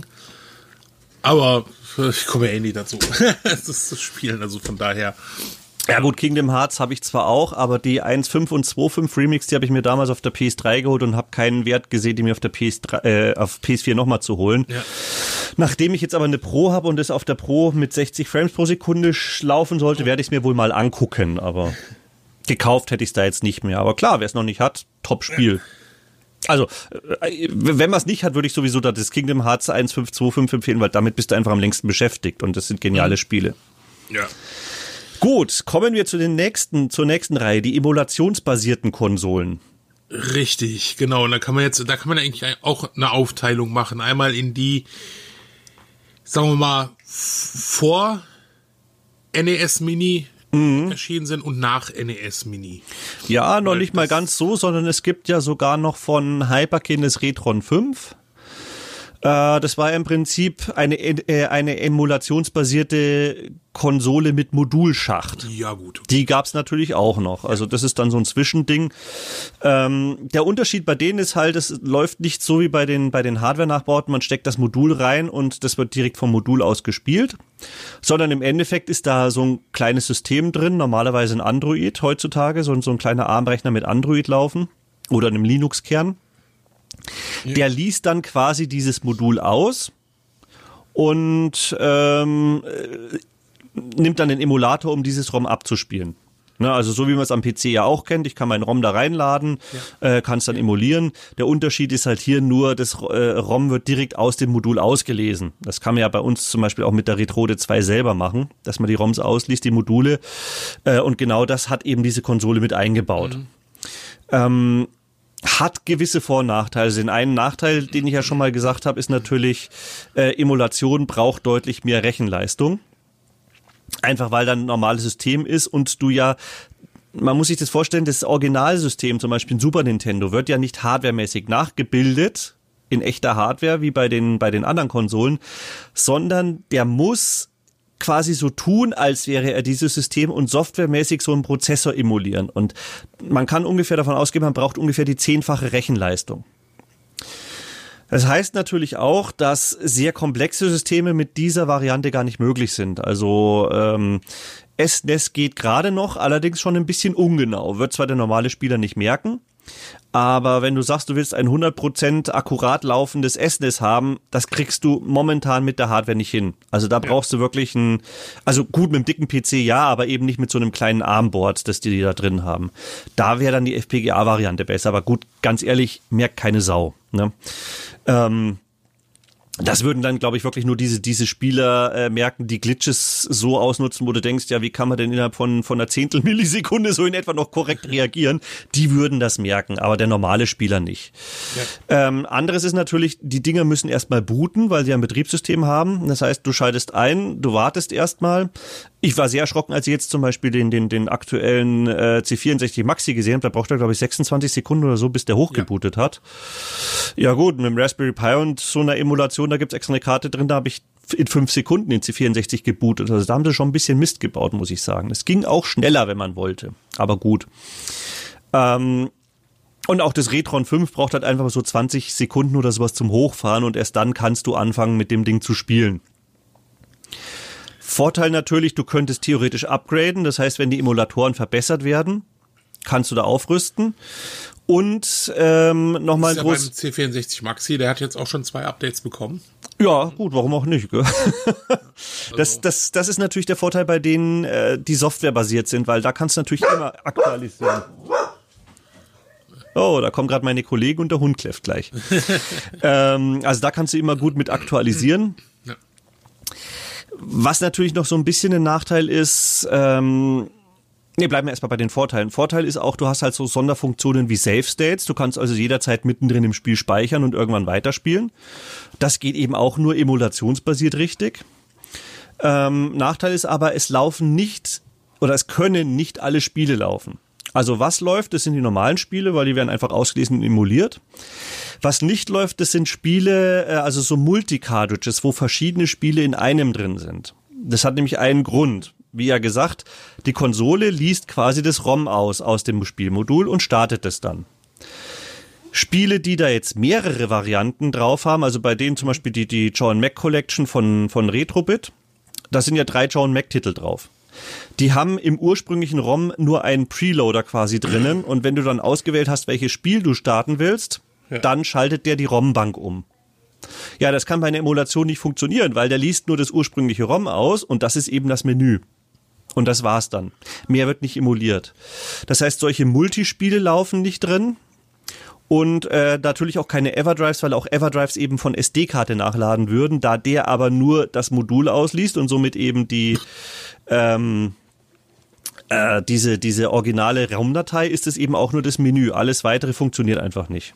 Aber ich komme ja eh nie dazu, das zu spielen, also von daher. Ja gut, Kingdom Hearts habe ich zwar auch, aber die eins Punkt fünf und zwei Punkt fünf Remix, die habe ich mir damals auf der P S drei geholt und habe keinen Wert gesehen, die mir auf der P S drei, äh, auf P S vier nochmal zu holen. Ja. Nachdem ich jetzt aber eine Pro habe und es auf der Pro mit sechzig Frames pro Sekunde laufen sollte, werde ich es mir wohl mal angucken, aber gekauft hätte ich es da jetzt nicht mehr. Aber klar, wer es noch nicht hat, Top-Spiel. Also, wenn man es nicht hat, würde ich sowieso das Kingdom Hearts eins Punkt fünf Punkt zwei Punkt fünf empfehlen, weil damit bist du einfach am längsten beschäftigt und das sind geniale Spiele. Ja. Gut, kommen wir zu den nächsten, zur nächsten Reihe, die emulationsbasierten Konsolen. Richtig, genau. Und da kann man jetzt, da kann man eigentlich auch eine Aufteilung machen. Einmal in die, sagen wir mal, vor N E S Mini mhm. erschienen sind und nach N E S Mini. Ja, noch Weil nicht mal ganz so, sondern es gibt ja sogar noch von Hyperkin das Retron fünf. Das war im Prinzip eine, eine emulationsbasierte Konsole mit Modulschacht. Ja, gut. Die gab's natürlich auch noch. Also das ist dann so ein Zwischending. Ähm, der Unterschied bei denen ist halt, es läuft nicht so wie bei den, bei den Hardware-Nachbauten. Man steckt das Modul rein und das wird direkt vom Modul aus gespielt. Sondern im Endeffekt ist da so ein kleines System drin, normalerweise ein Android heutzutage, so, so ein kleiner ARM-Rechner mit Android laufen oder einem Linux-Kern. Der liest dann quasi dieses Modul aus und ähm, nimmt dann den Emulator, um dieses ROM abzuspielen. Ne, also so wie man es am P C ja auch kennt, ich kann meinen ROM da reinladen, ja. äh, kann es dann emulieren. Der Unterschied ist halt hier nur, das äh, ROM wird direkt aus dem Modul ausgelesen. Das kann man ja bei uns zum Beispiel auch mit der Retrode zwei selber machen, dass man die ROMs ausliest, die Module. Äh, und genau das hat eben diese Konsole mit eingebaut. Mhm. Ähm, hat gewisse Vor- und Nachteile. Den einen Nachteil, den ich ja schon mal gesagt habe, ist natürlich, äh, Emulation braucht deutlich mehr Rechenleistung. Einfach weil dann ein normales System ist und du ja, man muss sich das vorstellen, das Originalsystem, zum Beispiel ein Super Nintendo, wird ja nicht hardwaremäßig nachgebildet in echter Hardware wie bei den, bei den anderen Konsolen, sondern der muss quasi so tun, als wäre er dieses System und softwaremäßig so einen Prozessor emulieren. Und man kann ungefähr davon ausgehen, man braucht ungefähr die zehnfache Rechenleistung. Das heißt natürlich auch, dass sehr komplexe Systeme mit dieser Variante gar nicht möglich sind. Also ähm, S N E S geht gerade noch, allerdings schon ein bisschen ungenau. Wird zwar der normale Spieler nicht merken, aber wenn du sagst, du willst ein hundert Prozent akkurat laufendes S N E S haben, das kriegst du momentan mit der Hardware nicht hin. Also da brauchst ja. du wirklich ein, also gut mit dem dicken P C ja, aber eben nicht mit so einem kleinen ARM-Board, das die da drin haben. Da wäre dann die F P G A-Variante besser, aber gut, ganz ehrlich, merkt keine Sau. Ne? Ähm, Das würden dann, glaube ich, wirklich nur diese diese Spieler äh, merken, die Glitches so ausnutzen, wo du denkst, ja, wie kann man denn innerhalb von von einer Zehntel Millisekunde so in etwa noch korrekt reagieren? Die würden das merken, aber der normale Spieler nicht. Ja. Ähm, anderes ist natürlich, die Dinger müssen erstmal booten, weil sie ein Betriebssystem haben. Das heißt, du schaltest ein, du wartest erstmal. Ich war sehr erschrocken, als ich jetzt zum Beispiel den, den, den aktuellen äh, C vierundsechzig Maxi gesehen habe. Da braucht er, glaube ich, sechsundzwanzig Sekunden oder so, bis der hochgebootet ja. hat. Ja gut, mit dem Raspberry Pi und so einer Emulation, da gibt's extra eine Karte drin, da habe ich in fünf Sekunden den C vierundsechzig gebootet. Also da haben sie schon ein bisschen Mist gebaut, muss ich sagen. Es ging auch schneller, wenn man wollte. Aber gut. Ähm, und auch das Retron fünf braucht halt einfach so zwanzig Sekunden oder sowas zum Hochfahren und erst dann kannst du anfangen, mit dem Ding zu spielen. Vorteil natürlich, du könntest theoretisch upgraden. Das heißt, wenn die Emulatoren verbessert werden, kannst du da aufrüsten. Und ähm, nochmal ein ja groß... beim C vierundsechzig Maxi, der hat jetzt auch schon zwei Updates bekommen. Ja, gut, warum auch nicht? Gell? Also. Das, das, das ist natürlich der Vorteil bei denen, äh, die softwarebasiert sind, weil da kannst du natürlich immer aktualisieren. Oh, da kommen gerade meine Kollegen und der Hund kläfft gleich. ähm, also da kannst du immer gut mit aktualisieren. Ja. Was natürlich noch so ein bisschen ein Nachteil ist, ähm, nee, bleiben wir erstmal bei den Vorteilen. Vorteil ist auch, du hast halt so Sonderfunktionen wie Save States. Du kannst also jederzeit mittendrin im Spiel speichern und irgendwann weiterspielen. Das geht eben auch nur emulationsbasiert richtig. Ähm, Nachteil ist aber, es laufen nicht oder es können nicht alle Spiele laufen. Also was läuft, das sind die normalen Spiele, weil die werden einfach ausgelesen und emuliert. Was nicht läuft, das sind Spiele, also so Multi-Cartridges, wo verschiedene Spiele in einem drin sind. Das hat nämlich einen Grund. Wie ja gesagt, die Konsole liest quasi das ROM aus, aus dem Spielmodul und startet es dann. Spiele, die da jetzt mehrere Varianten drauf haben, also bei denen zum Beispiel die, die John Mac Collection von, von Retrobit, da sind ja drei John Mac Titel drauf. Die haben im ursprünglichen ROM nur einen Preloader quasi drinnen und wenn du dann ausgewählt hast, welches Spiel du starten willst, ja. dann schaltet der die ROM-Bank um. Ja, das kann bei einer Emulation nicht funktionieren, weil der liest nur das ursprüngliche ROM aus und das ist eben das Menü. Und das war's dann. Mehr wird nicht emuliert. Das heißt, solche Multispiele laufen nicht drin. Und äh, natürlich auch keine Everdrives, weil auch Everdrives eben von S D-Karte nachladen würden, da der aber nur das Modul ausliest und somit eben die ähm, äh, diese diese originale ROM-Datei ist es eben auch nur das Menü. Alles weitere funktioniert einfach nicht.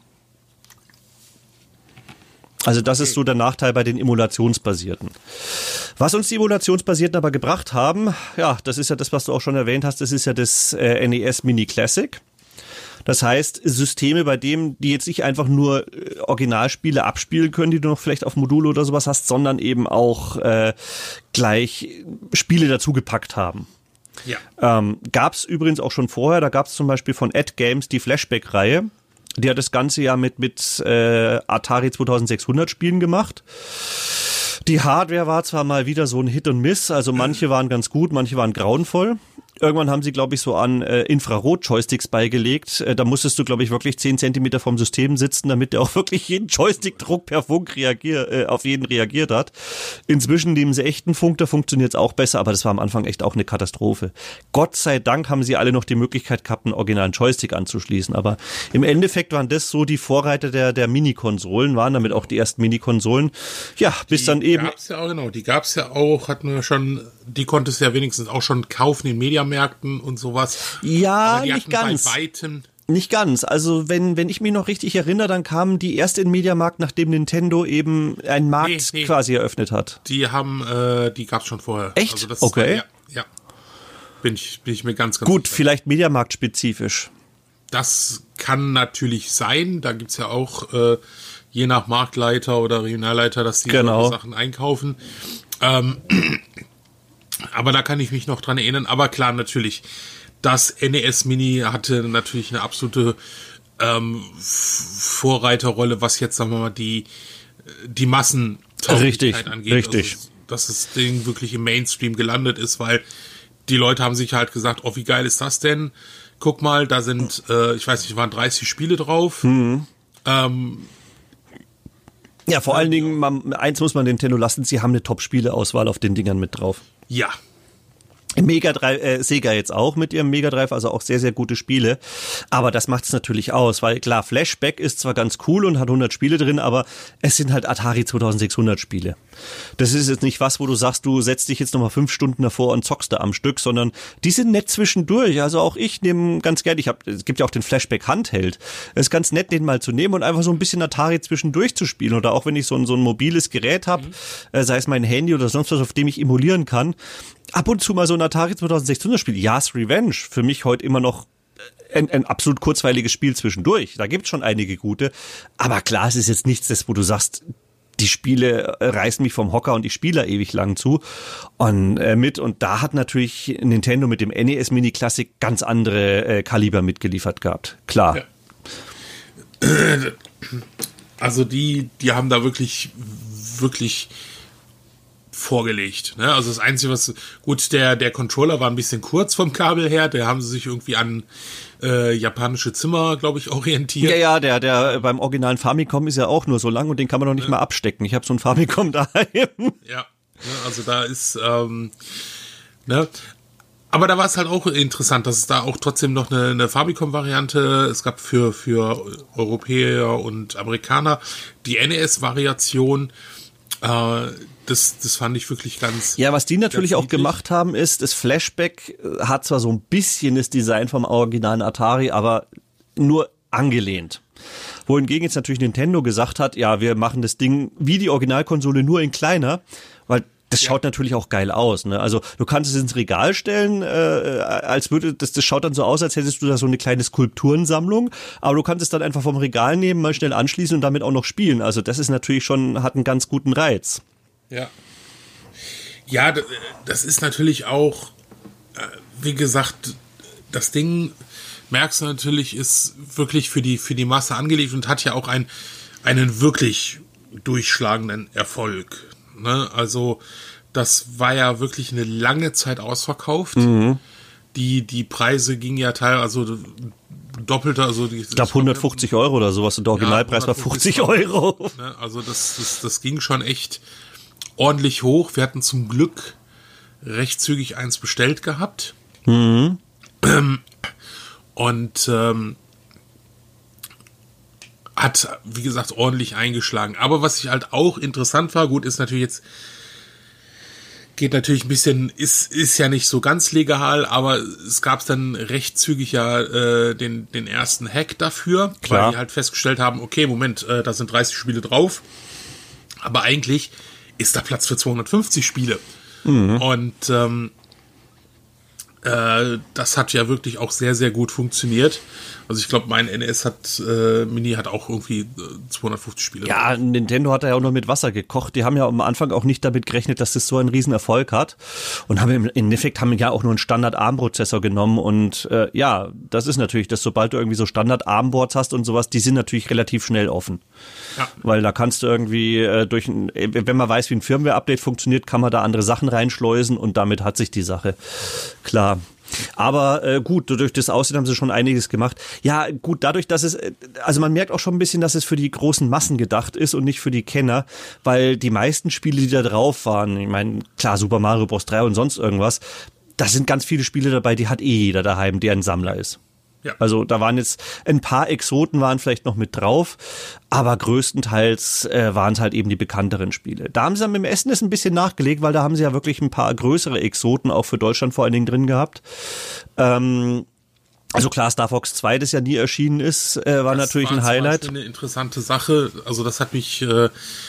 Also das ist so der Nachteil bei den Emulationsbasierten. Was uns die Emulationsbasierten aber gebracht haben, ja, das ist ja das, was du auch schon erwähnt hast, das ist ja das äh, N E S Mini Classic. Das heißt, Systeme, bei denen die jetzt nicht einfach nur äh, Originalspiele abspielen können, die du noch vielleicht auf Module oder sowas hast, sondern eben auch äh, gleich Spiele dazugepackt haben. Ja. Ähm, gab es übrigens auch schon vorher, da gab es zum Beispiel von Ad Games die Flashback-Reihe. Die hat das Ganze ja mit, mit äh, Atari zweitausendsechshundert Spielen gemacht. Die Hardware war zwar mal wieder so ein Hit und Miss, also manche waren ganz gut, manche waren grauenvoll. Irgendwann haben sie, glaube ich, so an äh, Infrarot-Joysticks beigelegt. Äh, da musstest du, glaube ich, wirklich zehn Zentimeter vom System sitzen, damit der auch wirklich jeden Joystick-Druck per Funk reagier, äh, auf jeden reagiert hat. Inzwischen nehmen sie echten Funk, da funktioniert es auch besser, aber das war am Anfang echt auch eine Katastrophe. Gott sei Dank haben sie alle noch die Möglichkeit gehabt, einen originalen Joystick anzuschließen, aber im Endeffekt waren das so die Vorreiter der, der Mini-Konsolen, waren damit auch die ersten Mini-Konsolen. Ja, bis die dann eben... Gab's ja auch, genau, die gab's ja auch, hatten wir schon, die konntest du ja wenigstens auch schon kaufen in Mediamärkten und sowas. Ja, aber die nicht ganz. Bei weitem Nicht ganz. Also wenn wenn ich mich noch richtig erinnere, dann kamen die erst in Mediamarkt, nachdem Nintendo eben einen Markt nee, nee. quasi eröffnet hat. Die haben, äh, die gab's schon vorher. Echt? Also das okay. War, ja, ja. Bin ich, bin ich mir ganz, ganz Gut, sicher. vielleicht Mediamarkt-spezifisch. Das kann natürlich sein. Da gibt's ja auch äh, je nach Marktleiter oder Regionalleiter, dass die genau. Sachen einkaufen. Ähm, aber da kann ich mich noch dran erinnern. Aber klar, natürlich, das N E S Mini hatte natürlich eine absolute ähm, Vorreiterrolle, was jetzt, sagen wir mal, die, die Massentauglichkeit angeht. Richtig, also, dass das Ding wirklich im Mainstream gelandet ist, weil die Leute haben sich halt gesagt, oh, wie geil ist das denn? Guck mal, da sind, äh, ich weiß nicht, waren dreißig Spiele drauf. Mhm. Ähm, ja, vor allen Dingen, man, eins muss man Nintendo lassen, sie haben eine Top-Spiele-Auswahl auf den Dingern mit drauf. Ja. Mega Drive, äh, Sega jetzt auch mit ihrem Mega Drive, also auch sehr, sehr gute Spiele. Aber das macht's natürlich aus, weil klar, Flashback ist zwar ganz cool und hat hundert Spiele drin, aber es sind halt Atari zweitausendsechshundert Spiele. Das ist jetzt nicht was, wo du sagst, du setzt dich jetzt nochmal fünf Stunden davor und zockst da am Stück, sondern die sind nett zwischendurch. Also auch ich nehme ganz gerne, ich hab, es gibt ja auch den Flashback Handheld. Es ist ganz nett, den mal zu nehmen und einfach so ein bisschen Atari zwischendurch zu spielen. Oder auch wenn ich so ein, so ein mobiles Gerät habe, mhm. äh, sei es mein Handy oder sonst was, auf dem ich emulieren kann, ab und zu mal so ein Atari zweitausendsechshundert Spiel. Yas Revenge, für mich heute immer noch ein, ein absolut kurzweiliges Spiel zwischendurch. Da gibt's schon einige gute. Aber klar, es ist jetzt nichts, das, wo du sagst, die Spiele reißen mich vom Hocker und ich spiele da ewig lang zu und äh, mit. Und da hat natürlich Nintendo mit dem N E S Mini Classic ganz andere äh, Kaliber mitgeliefert gehabt. Klar. Ja. Also die, die haben da wirklich, wirklich vorgelegt. Ne? Also das Einzige, was, gut, der, der Controller war ein bisschen kurz vom Kabel her, der haben sie sich irgendwie an äh, japanische Zimmer, glaube ich, orientiert. Ja, ja, der, der beim originalen Famicom ist ja auch nur so lang und den kann man noch nicht ja. mal abstecken. Ich habe so ein Famicom daheim. Ja, also da ist, ähm, ne, aber da war es halt auch interessant, dass es da auch trotzdem noch eine, eine Famicom-Variante, es gab für, für Europäer und Amerikaner die N E S-Variation, äh, das, das fand ich wirklich ganz... Ja, was die natürlich auch gemacht haben, ist, das Flashback hat zwar so ein bisschen das Design vom originalen Atari, aber nur angelehnt. Wohingegen jetzt natürlich Nintendo gesagt hat, ja, wir machen das Ding wie die Originalkonsole nur in kleiner, weil das schaut ja. natürlich auch geil aus, ne? Also du kannst es ins Regal stellen, äh, als würde das, das schaut dann so aus, als hättest du da so eine kleine Skulpturensammlung, aber du kannst es dann einfach vom Regal nehmen, mal schnell anschließen und damit auch noch spielen. Also das ist natürlich schon, hat einen ganz guten Reiz. Ja. Ja, das ist natürlich auch, wie gesagt, das Ding, merkst du natürlich, ist wirklich für die, für die Masse angelegt und hat ja auch ein, einen wirklich durchschlagenden Erfolg. Ne? Also, das war ja wirklich eine lange Zeit ausverkauft. Mhm. Die, die Preise gingen ja teilweise, also doppelte, also die, ich glaube hundertfünfzig Euro oder sowas und der Originalpreis ja, war fünfzig Euro. Ne? Also das, das, das ging schon echt ordentlich hoch. Wir hatten zum Glück recht zügig eins bestellt gehabt. Mhm. Und ähm, hat, wie gesagt, ordentlich eingeschlagen. Aber was ich halt auch interessant war, gut, ist natürlich jetzt, geht natürlich ein bisschen, ist, ist ja nicht so ganz legal, aber es gab dann recht zügig ja äh, den, den ersten Hack dafür, Klar. weil die halt festgestellt haben, okay, Moment, äh, da sind dreißig Spiele drauf, aber eigentlich ist da Platz für zweihundertfünfzig Spiele. Mhm. Und ähm, äh, das hat ja wirklich auch sehr, sehr gut funktioniert. Also ich glaube, mein N E S hat, äh, Mini hat auch irgendwie äh, zweihundertfünfzig Spiele. Ja, drin. Nintendo hat ja auch noch mit Wasser gekocht. Die haben ja am Anfang auch nicht damit gerechnet, dass das so einen riesen Erfolg hat. Und haben im Endeffekt haben ja auch nur einen Standard-ARM-Prozessor genommen. Und äh, ja, das ist natürlich, dass sobald du irgendwie so Standard-ARM-Boards hast und sowas, die sind natürlich relativ schnell offen. Ja. Weil da kannst du irgendwie äh, durch ein, wenn man weiß, wie ein Firmware-Update funktioniert, kann man da andere Sachen reinschleusen und damit hat sich die Sache. Klar. Aber äh, gut, durch das Aussehen haben sie schon einiges gemacht. Ja, gut, dadurch, dass es, also man merkt auch schon ein bisschen, dass es für die großen Massen gedacht ist und nicht für die Kenner, weil die meisten Spiele, die da drauf waren, ich meine, klar, Super Mario Bros. drei und sonst irgendwas, da sind ganz viele Spiele dabei, die hat eh jeder daheim, der ein Sammler ist. Ja. Also da waren jetzt ein paar Exoten waren vielleicht noch mit drauf, aber größtenteils äh, waren es halt eben die bekannteren Spiele. Da haben sie dann mit dem S N E S ein bisschen nachgelegt, weil da haben sie ja wirklich ein paar größere Exoten auch für Deutschland vor allen Dingen drin gehabt. Ähm, also klar, Star Fox zwei, das ja nie erschienen ist, äh, war das natürlich war ein Highlight. Das war eine interessante Sache. Also das hat mich äh,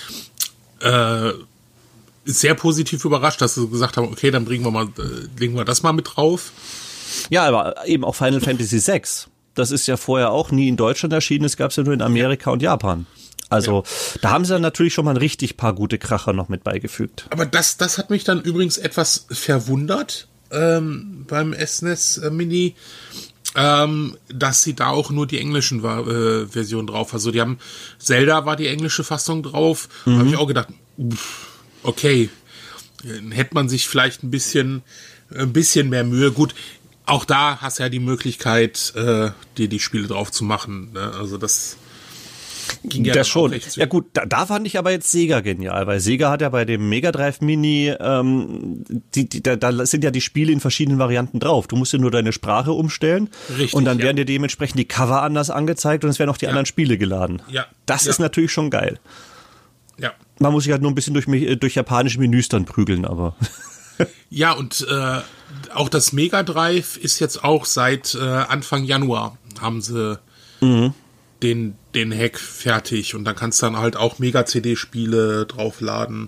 äh, sehr positiv überrascht, dass sie gesagt haben, okay, dann bringen wir mal, äh, legen wir das mal mit drauf. Ja, aber eben auch Final Fantasy sechs. Das ist ja vorher auch nie in Deutschland erschienen. Es gab es ja nur in Amerika und Japan. Also ja. Da haben sie dann natürlich schon mal ein richtig paar gute Kracher noch mit beigefügt. Aber das, das hat mich dann übrigens etwas verwundert ähm, beim S N E S äh, Mini, ähm, dass sie da auch nur die englischen äh, Versionen drauf. Also die haben, Zelda war die englische Fassung drauf. Mhm. Da habe ich auch gedacht, okay, hätte man sich vielleicht ein bisschen, ein bisschen mehr Mühe. Gut, auch da hast du ja die Möglichkeit, äh, dir die Spiele drauf zu machen. Ne? Also das ging ja das schon. Ja gut, da, da fand ich aber jetzt Sega genial, weil Sega hat ja bei dem Mega Drive Mini, ähm, die, die, da, da sind ja die Spiele in verschiedenen Varianten drauf. Du musst ja nur deine Sprache umstellen. Richtig, und dann werden ja. dir dementsprechend die Cover anders angezeigt und es werden auch die ja. anderen Spiele geladen. Ja. Das ja. ist natürlich schon geil. Ja. Man muss sich halt nur ein bisschen durch, durch japanische Menüs dann prügeln, aber... Ja, und äh, auch das Mega Drive ist jetzt auch seit äh, Anfang Januar haben sie mhm. den, den Hack fertig und dann kannst du dann halt auch Mega-C D-Spiele draufladen.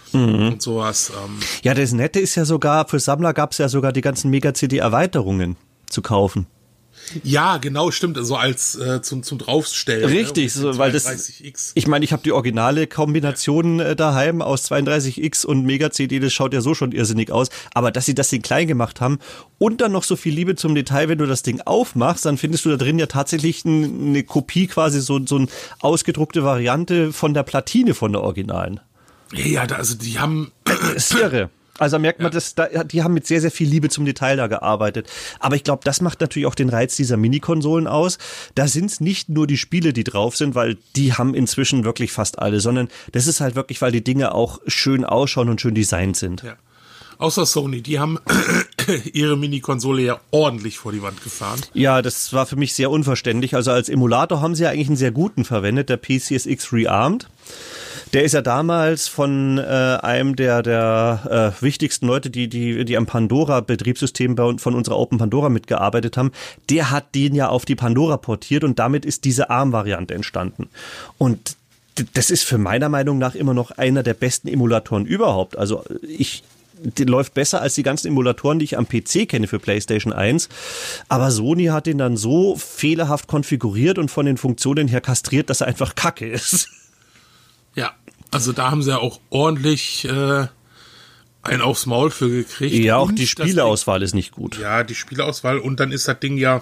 mhm. und sowas. Ähm. Ja, das Nette ist ja sogar, für Sammler gab es ja sogar die ganzen Mega-C D-Erweiterungen zu kaufen. Ja, genau, stimmt, so als äh, zum zum draufstellen. Richtig, ne? so, weil das, ich meine, ich habe die originale Kombination äh, daheim aus zweiunddreißig X und Mega-C D, das schaut ja so schon irrsinnig aus, aber dass sie das Ding klein gemacht haben und dann noch so viel Liebe zum Detail, wenn du das Ding aufmachst, dann findest du da drin ja tatsächlich ein, eine Kopie, quasi so, so eine ausgedruckte Variante von der Platine von der Originalen. Ja, also die haben... Das ist irre. Also merkt man, ja. dass da, die haben mit sehr, sehr viel Liebe zum Detail da gearbeitet. Aber ich glaube, das macht natürlich auch den Reiz dieser Mini-Konsolen aus. Da sind es nicht nur die Spiele, die drauf sind, weil die haben inzwischen wirklich fast alle, sondern das ist halt wirklich, weil die Dinge auch schön ausschauen und schön designt sind. Ja. Außer Sony, die haben ihre Mini-Konsole ja ordentlich vor die Wand gefahren. Ja, das war für mich sehr unverständlich. Also als Emulator haben sie ja eigentlich einen sehr guten verwendet, der P C S X Rearmed. Der ist ja damals von äh, einem der der äh, wichtigsten Leute, die die die am Pandora-Betriebssystem bei, von unserer Open Pandora mitgearbeitet haben. Der hat den ja auf die Pandora portiert und damit ist diese ARM-Variante entstanden. Und das ist für meiner Meinung nach immer noch einer der besten Emulatoren überhaupt. Also ich die läuft besser als die ganzen Emulatoren, die ich am P C kenne für PlayStation eins. Aber Sony hat den dann so fehlerhaft konfiguriert und von den Funktionen her kastriert, dass er einfach Kacke ist. Ja, also da haben sie ja auch ordentlich äh, einen aufs Maul für gekriegt. Ja, auch und die Spieleauswahl ist nicht gut. Ja, die Spieleauswahl und dann ist das Ding ja,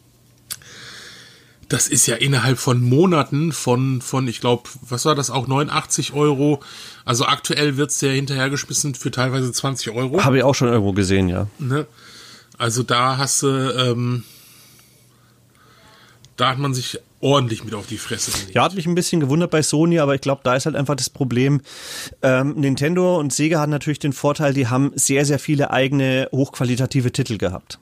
das ist ja innerhalb von Monaten von, von ich glaube, was war das auch, neunundachtzig Euro. Also aktuell wird's ja hinterhergeschmissen für teilweise zwanzig Euro. Habe ich auch schon irgendwo gesehen, ja. Ne? Also da hast du, ähm, da hat man sich ordentlich mit auf die Fresse gelegt. Ja, hat mich ein bisschen gewundert bei Sony, aber ich glaube, da ist halt einfach das Problem. Ähm, Nintendo und Sega haben natürlich den Vorteil, die haben sehr, sehr viele eigene hochqualitative Titel gehabt.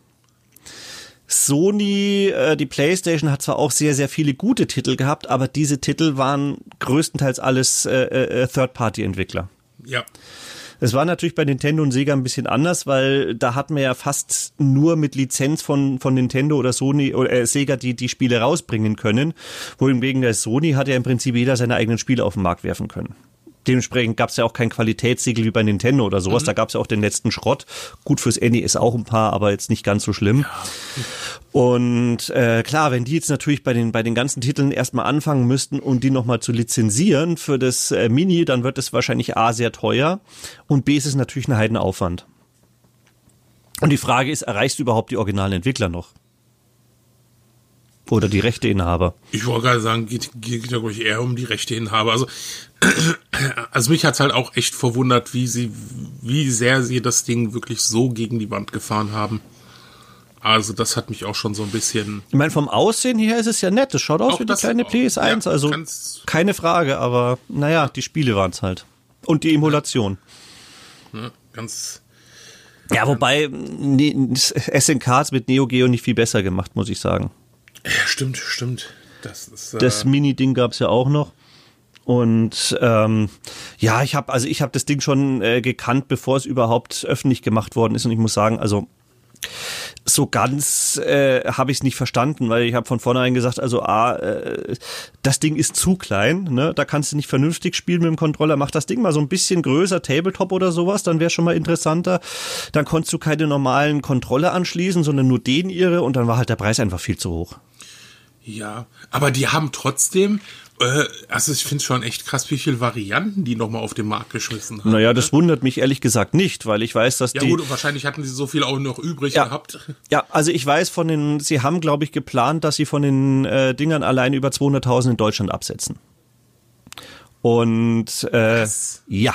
Sony, äh, die PlayStation hat zwar auch sehr, sehr viele gute Titel gehabt, aber diese Titel waren größtenteils alles äh, äh, Third-Party-Entwickler. Ja. Es war natürlich bei Nintendo und Sega ein bisschen anders, weil da hat man ja fast nur mit Lizenz von von Nintendo oder Sony oder äh, Sega die die Spiele rausbringen können, wohingegen der Sony hat ja im Prinzip jeder seine eigenen Spiele auf den Markt werfen können. Dementsprechend gab es ja auch kein Qualitätssiegel wie bei Nintendo oder sowas. Mhm. Da gab es ja auch den letzten Schrott. Gut, fürs N E S auch ein paar, aber jetzt nicht ganz so schlimm. Ja. Und äh, klar, wenn die jetzt natürlich bei den bei den ganzen Titeln erstmal anfangen müssten, um die nochmal zu lizenzieren für das äh, Mini, dann wird es wahrscheinlich A, sehr teuer und B, ist es natürlich ein Heidenaufwand. Und die Frage ist, erreichst du überhaupt die originalen Entwickler noch? Oder die Rechteinhaber? Ich wollte gerade sagen, geht, geht ja glaube ich eher um die Rechteinhaber. Also, also mich hat's halt auch echt verwundert, wie sie, wie sehr sie das Ding wirklich so gegen die Wand gefahren haben. Also das hat mich auch schon so ein bisschen... Ich meine, vom Aussehen her ist es ja nett. Es schaut aus wie die kleine P S eins, ja, also keine Frage. Aber naja, die Spiele waren's halt. Und die Emulation. Ja, ganz... Ja, wobei S N Ks mit Neo Geo nicht viel besser gemacht, muss ich sagen. Ja, stimmt, stimmt. Das, ist, äh das Mini-Ding gab's ja auch noch. Und ähm, ja, ich habe also ich habe das Ding schon äh, gekannt, bevor es überhaupt öffentlich gemacht worden ist. Und ich muss sagen, also so ganz äh, habe ich es nicht verstanden, weil ich habe von vornherein gesagt, also A, äh, das Ding ist zu klein, ne? Da kannst du nicht vernünftig spielen mit dem Controller. Mach das Ding mal so ein bisschen größer, Tabletop oder sowas, dann wäre schon mal interessanter. Dann konntest du keine normalen Controller anschließen, sondern nur den ihre und dann war halt der Preis einfach viel zu hoch. Ja, aber die haben trotzdem, äh, also ich finde es schon echt krass, wie viele Varianten die nochmal auf den Markt geschmissen haben. Naja, das wundert mich ehrlich gesagt nicht, weil ich weiß, dass ja, die... Ja gut, wahrscheinlich hatten sie so viel auch noch übrig ja, gehabt. Ja, also ich weiß von den, sie haben glaube ich geplant, dass sie von den äh, Dingern allein über zweihunderttausend in Deutschland absetzen. Und äh, Was? Ja.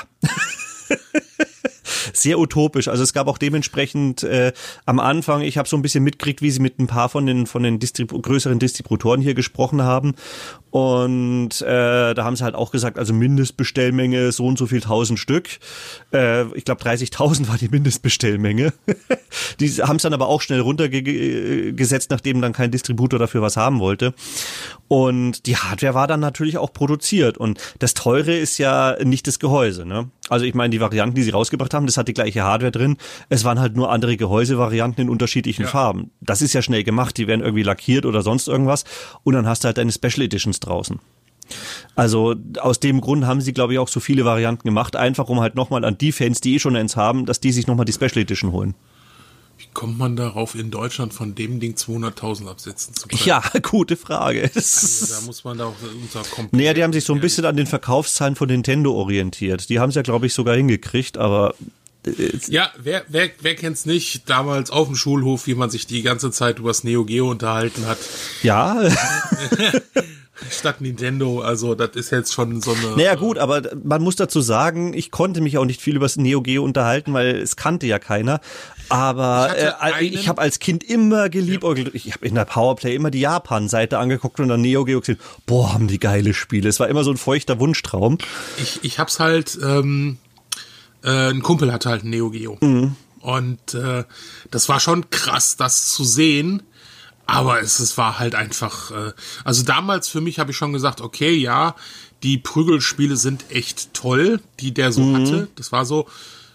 Sehr utopisch. Also es gab auch dementsprechend äh, am Anfang, ich habe so ein bisschen mitgekriegt, wie sie mit ein paar von den von den Distribu- größeren Distributoren hier gesprochen haben. Und äh, da haben sie halt auch gesagt, also Mindestbestellmenge so und so viel tausend Stück. Äh, ich glaube dreißigtausend war die Mindestbestellmenge. Die haben es dann aber auch schnell runtergesetzt, nachdem dann kein Distributor dafür was haben wollte. Und die Hardware war dann natürlich auch produziert. Und das Teure ist ja nicht das Gehäuse, ne? Also ich meine, die Varianten, die sie rausgebracht haben, das hat die gleiche Hardware drin. Es waren halt nur andere Gehäusevarianten in unterschiedlichen ja. Farben. Das ist ja schnell gemacht. Die werden irgendwie lackiert oder sonst irgendwas. Und dann hast du halt deine Special Editions draußen. Also aus dem Grund haben sie, glaube ich, auch so viele Varianten gemacht, einfach um halt nochmal an die Fans, die eh schon eins haben, dass die sich nochmal die Special Edition holen. Wie kommt man darauf, in Deutschland von dem Ding zweihunderttausend absetzen zu können? Ja, gute Frage. Also, da muss man da auch unser komplett... Naja, die haben sich so ein bisschen an den Verkaufszahlen von Nintendo orientiert. Die haben es ja, glaube ich, sogar hingekriegt, aber... Ja, wer, wer, wer kennt's nicht? Damals auf dem Schulhof, wie man sich die ganze Zeit übers Neo Geo unterhalten hat. Ja. Statt Nintendo, also das ist jetzt schon so eine... Naja gut, aber man muss dazu sagen, ich konnte mich auch nicht viel über das Neo Geo unterhalten, weil es kannte ja keiner. Aber ich, äh, ich habe als Kind immer geliebäugelt. Ja. Ich habe in der Powerplay immer die Japan-Seite angeguckt und dann Neo Geo gesehen. Boah, haben die geile Spiele. Es war immer so ein feuchter Wunschtraum. Ich, ich hab's halt... Ähm Äh, ein Kumpel hatte halt ein Neo Geo. Mhm. Und äh, das war schon krass, das zu sehen. Aber es, es war halt einfach... Äh, also damals für mich habe ich schon gesagt, okay, ja, die Prügelspiele sind echt toll, die der so mhm. hatte. Das war so...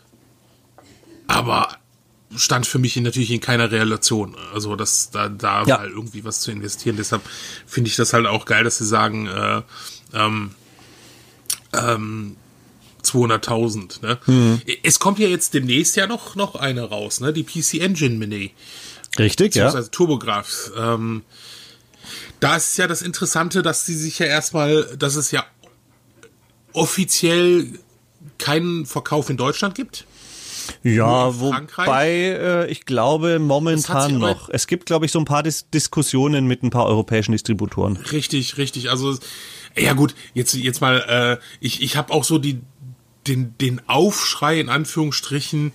Aber stand für mich natürlich in keiner Relation. Also das, da, da ja. halt irgendwie was zu investieren. Deshalb finde ich das halt auch geil, dass sie sagen... Äh, ähm, ähm, zweihunderttausend, ne? Mhm. Es kommt ja jetzt demnächst ja noch, noch eine raus, ne? Die P C Engine Mini. Richtig, ja. Also TurboGrafx. Ähm, da ist ja das Interessante, dass sie sich ja erstmal, dass es ja offiziell keinen Verkauf in Deutschland gibt. Ja, wobei äh, ich glaube momentan noch. Es gibt, glaube ich, so ein paar Dis- Diskussionen mit ein paar europäischen Distributoren. Richtig, richtig. Also ja gut, jetzt jetzt mal. Äh, ich ich habe auch so die den den Aufschrei in Anführungsstrichen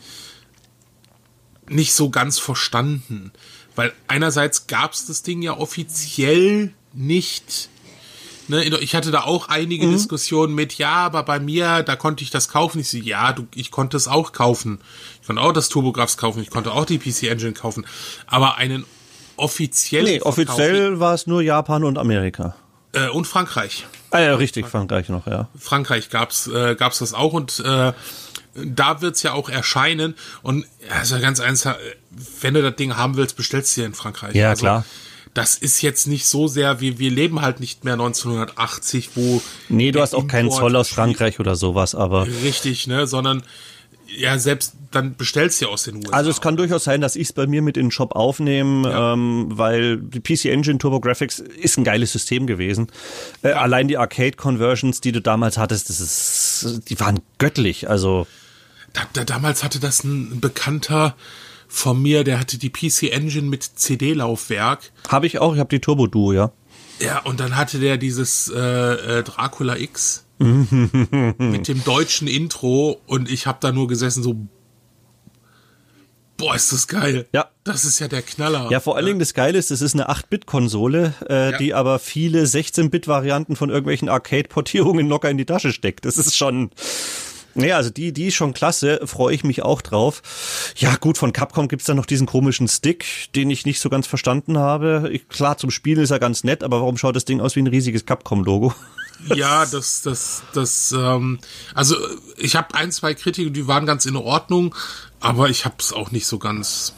nicht so ganz verstanden, weil einerseits gab's das Ding ja offiziell nicht. Ne, ich hatte da auch einige mhm. Diskussionen mit, ja, aber bei mir, da konnte ich das kaufen. Ich so, ja, du, ich konnte es auch kaufen. Ich konnte auch das TurboGrafx kaufen, ich konnte auch die P C Engine kaufen. Aber einen offiziellen Nee, Verkauf, offiziell war es nur Japan und Amerika. Äh, und Frankreich. Ah ja, richtig, Frankreich noch, ja. Frankreich gab's, äh, gab's das auch und äh, da wird's ja auch erscheinen. Und also ganz einfach, wenn du das Ding haben willst, bestellst du dir in Frankreich. Ja, also, klar. Das ist jetzt nicht so sehr, wie wir leben halt nicht mehr neunzehnhundertachtzig, wo... Nee, du hast auch keinen Zoll aus Frankreich oder sowas, aber... Richtig, ne, sondern ja, selbst dann bestellst du ja aus den U S A. Also es kann durchaus sein, dass ich es bei mir mit in den Shop aufnehme, ja. ähm, weil die P C Engine TurboGrafx ist ein geiles System gewesen. Äh, ja. Allein die Arcade-Conversions, die du damals hattest, das ist, die waren göttlich, also... Da, da, damals hatte das ein Bekannter... von mir, der hatte die P C Engine mit C D-Laufwerk. Habe ich auch, ich habe die Turbo Duo, ja. Ja, und dann hatte der dieses äh, äh, Dracula X mit dem deutschen Intro und ich habe da nur gesessen so, boah, ist das geil. Ja. Das ist ja der Knaller. Ja, vor allen Dingen das Geile ist, es ist eine acht-Bit-Konsole, äh, ja. die aber viele sechzehn-Bit-Varianten von irgendwelchen Arcade-Portierungen locker in die Tasche steckt. Das ist schon... Ja, also die, die ist schon klasse, freue ich mich auch drauf. Ja gut, von Capcom gibt's dann noch diesen komischen Stick, den ich nicht so ganz verstanden habe. Ich, klar, zum Spielen ist er ganz nett, aber warum schaut das Ding aus wie ein riesiges Capcom-Logo? Ja, das, das, das, ähm, also ich habe ein, zwei Kritiken, die waren ganz in Ordnung, aber ich hab's auch nicht so ganz...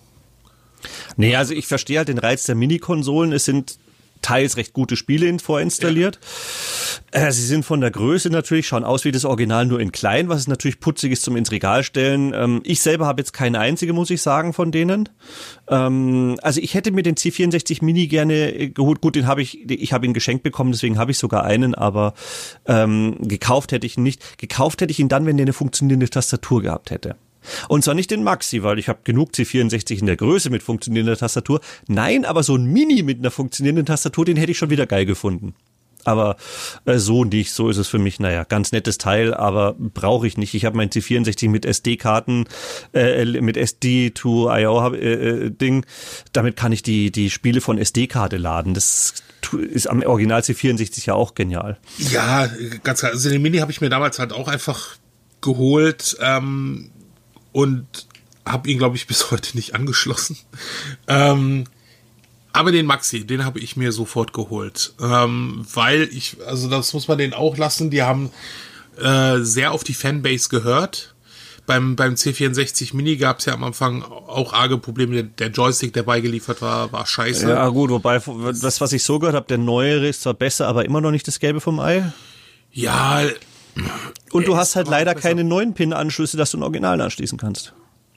Nee, also ich verstehe halt den Reiz der Mini-Konsolen, es sind teils recht gute Spiele vorinstalliert. Ja. Äh, sie sind von der Größe natürlich, schauen aus wie das Original, nur in klein, was es natürlich putzig ist zum ins Regal stellen. Ähm, ich selber habe jetzt keine einzige, muss ich sagen, von denen. Ähm, also ich hätte mir den C vierundsechzig Mini gerne geholt. Gut, den habe ich, ich habe ihn geschenkt bekommen, deswegen habe ich sogar einen, aber ähm, gekauft hätte ich ihn nicht. Gekauft hätte ich ihn dann, wenn der eine funktionierende Tastatur gehabt hätte. Und zwar nicht den Maxi, weil ich habe genug C vierundsechzig in der Größe mit funktionierender Tastatur. Nein, aber so ein Mini mit einer funktionierenden Tastatur, den hätte ich schon wieder geil gefunden. Aber äh, so nicht, so ist es für mich, naja, ganz nettes Teil, aber brauche ich nicht. Ich habe mein C vierundsechzig mit S D-Karten, äh, mit S D to I O äh, Ding, damit kann ich die, die Spiele von S D-Karte laden. Das ist am Original C vierundsechzig ja auch genial. Ja, ganz klar. Also den Mini habe ich mir damals halt auch einfach geholt, ähm, und habe ihn, glaube ich, bis heute nicht angeschlossen. Ähm, aber den Maxi, den habe ich mir sofort geholt. Ähm, weil ich, also das muss man denen auch lassen, die haben äh, sehr auf die Fanbase gehört. beim, beim C vierundsechzig Mini gab es ja am Anfang auch arge Probleme. Der Joystick, der beigeliefert war, war scheiße. Ja gut, wobei, das, was ich so gehört habe, der neuere ist zwar besser, aber immer noch nicht das Gelbe vom Ei. Ja. Und du hast halt leider keine neuen Pin-Anschlüsse, dass du ein Original anschließen kannst.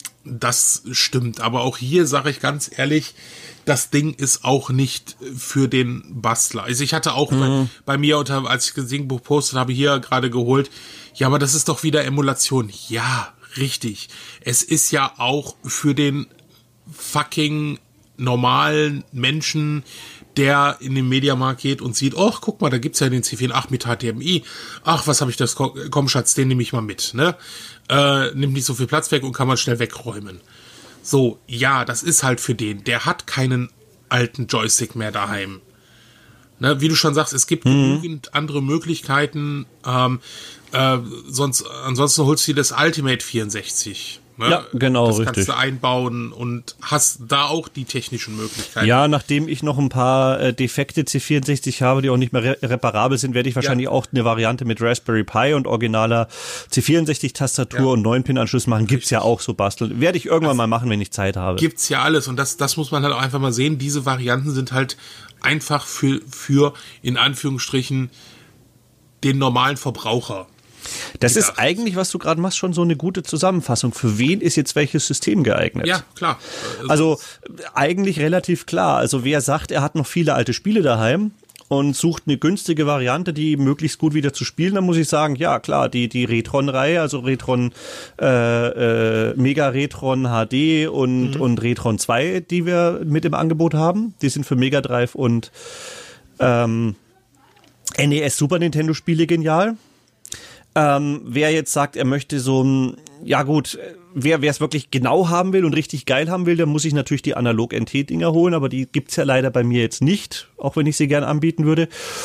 Das stimmt, aber auch hier sage ich ganz ehrlich, das Ding ist auch nicht für den Bastler. Also ich hatte auch mhm. bei, bei mir, unter, als ich das Ding gepostet habe, hier gerade geholt, ja, aber das ist doch wieder Emulation. Ja, richtig. Es ist ja auch für den fucking normalen Menschen, der in den Mediamarkt geht und sieht, ach, guck mal, da gibt's ja den C vierundachtzig mit H D M I. Ach, was habe ich das? Komm, Schatz, den nehme ich mal mit, ne? Äh, nimmt nicht so viel Platz weg und kann man schnell wegräumen. So, ja, das ist halt für den. Der hat keinen alten Joystick mehr daheim. Ne, wie du schon sagst, es gibt mhm. genügend andere Möglichkeiten. Ähm, äh, sonst, ansonsten holst du dir das Ultimate vierundsechzig. Ne? Ja, genau, das richtig. Das kannst du einbauen und hast da auch die technischen Möglichkeiten. Ja, nachdem ich noch ein paar äh, defekte C vierundsechzig habe, die auch nicht mehr re- reparabel sind, werde ich wahrscheinlich ja. auch eine Variante mit Raspberry Pi und originaler C vierundsechzig-Tastatur ja. und neun Pin-Anschluss machen. Gibt's Richtig. ja auch so basteln. Werde ich irgendwann das mal machen, wenn ich Zeit habe. Gibt's ja alles und das, das muss man halt auch einfach mal sehen. Diese Varianten sind halt einfach für, für in Anführungsstrichen, den normalen Verbraucher. Das ist eigentlich, was du gerade machst, schon so eine gute Zusammenfassung. Für wen ist jetzt welches System geeignet? Ja, klar. Also eigentlich relativ klar. Also wer sagt, er hat noch viele alte Spiele daheim und sucht eine günstige Variante, die möglichst gut wieder zu spielen, dann muss ich sagen, ja klar, die die Retron-Reihe, also Retron äh, äh, Mega Retron H D und, mhm. und Retron zwei, die wir mit im Angebot haben, die sind für Mega Drive und ähm, N E S Super Nintendo Spiele genial. Ähm, wer jetzt sagt, er möchte so ein, ja gut, wer wer es wirklich genau haben will und richtig geil haben will, der muss sich natürlich die Analog-N T-Dinger holen, aber die gibt's ja leider bei mir jetzt nicht, auch wenn ich sie gern anbieten würde.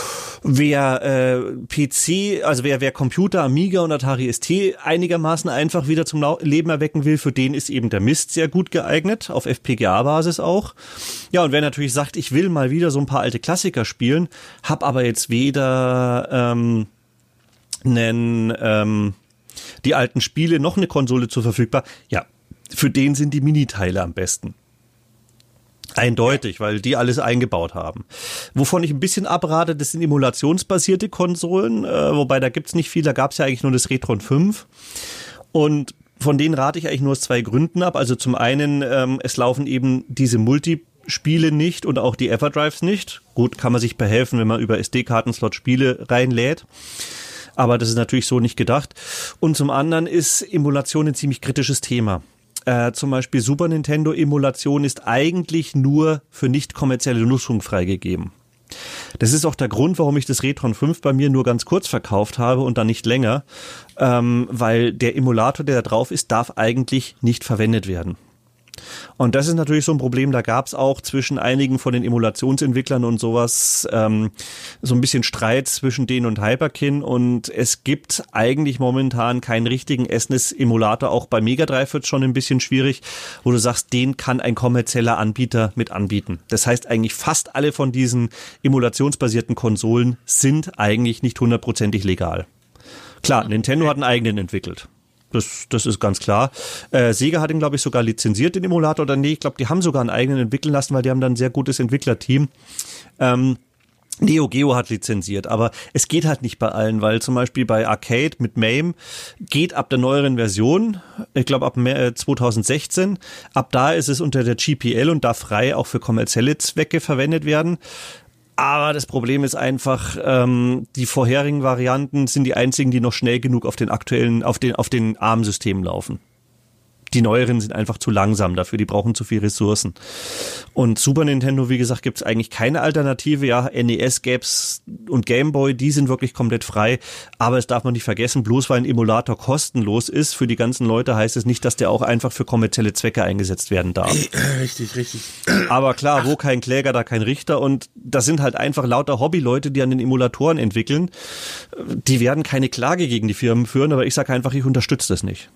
Wer äh, P C, also wer wer Computer, Amiga und Atari S T einigermaßen einfach wieder zum Leben erwecken will, für den ist eben der Myst sehr gut geeignet, auf F P G A-Basis auch. Ja, und wer natürlich sagt, ich will mal wieder so ein paar alte Klassiker spielen, hab aber jetzt weder ähm, Nennen ähm, die alten Spiele noch eine Konsole zur verfügbar. Ja, für den sind die Miniteile am besten. Eindeutig, weil die alles eingebaut haben. Wovon ich ein bisschen abrate, das sind emulationsbasierte Konsolen, äh, wobei da gibt's nicht viel, da gab's ja eigentlich nur das Retron fünf. Und von denen rate ich eigentlich nur aus zwei Gründen ab. Also zum einen, ähm, es laufen eben diese Multi- Spiele nicht und auch die Everdrives nicht. Gut, kann man sich behelfen, wenn man über S D-Kartenslot Spiele reinlädt. Aber das ist natürlich so nicht gedacht. Und zum anderen ist Emulation ein ziemlich kritisches Thema. Äh, zum Beispiel Super Nintendo Emulation ist eigentlich nur für nicht kommerzielle Nutzung freigegeben. Das ist auch der Grund, warum ich das Retron fünf bei mir nur ganz kurz verkauft habe und dann nicht länger, ähm, weil der Emulator, der da drauf ist, darf eigentlich nicht verwendet werden. Und das ist natürlich so ein Problem, da gab es auch zwischen einigen von den Emulationsentwicklern und sowas ähm, so ein bisschen Streit zwischen denen und Hyperkin und es gibt eigentlich momentan keinen richtigen S N E S-Emulator, auch bei Mega Drive wird es schon ein bisschen schwierig, wo du sagst, den kann ein kommerzieller Anbieter mit anbieten. Das heißt eigentlich fast alle von diesen emulationsbasierten Konsolen sind eigentlich nicht hundertprozentig legal. Klar, Nintendo hat einen eigenen entwickelt. Das, das ist ganz klar. Äh, Sega hat ihn, glaube ich, sogar lizenziert, den Emulator, oder nee, ich glaube, die haben sogar einen eigenen entwickeln lassen, weil die haben dann ein sehr gutes Entwicklerteam. Ähm, Neo Geo hat lizenziert, aber es geht halt nicht bei allen, weil zum Beispiel bei Arcade mit MAME geht ab der neueren Version, ich glaube ab zwanzig sechzehn, ab da ist es unter der G P L und darf frei auch für kommerzielle Zwecke verwendet werden. Aber das Problem ist einfach, ähm, die vorherigen Varianten sind die einzigen, die noch schnell genug auf den aktuellen, auf den, auf den A R M-Systemen laufen. Die neueren sind einfach zu langsam dafür, die brauchen zu viel Ressourcen. Und Super Nintendo, wie gesagt, gibt es eigentlich keine Alternative. Ja, N E S gäb's und Game Boy, die sind wirklich komplett frei. Aber es darf man nicht vergessen, bloß weil ein Emulator kostenlos ist für die ganzen Leute, heißt es nicht, dass der auch einfach für kommerzielle Zwecke eingesetzt werden darf. Richtig, richtig. Aber klar, wo kein Kläger, da kein Richter. Und das sind halt einfach lauter Hobbyleute, die an den Emulatoren entwickeln. Die werden keine Klage gegen die Firmen führen, aber ich sage einfach, ich unterstütze das nicht.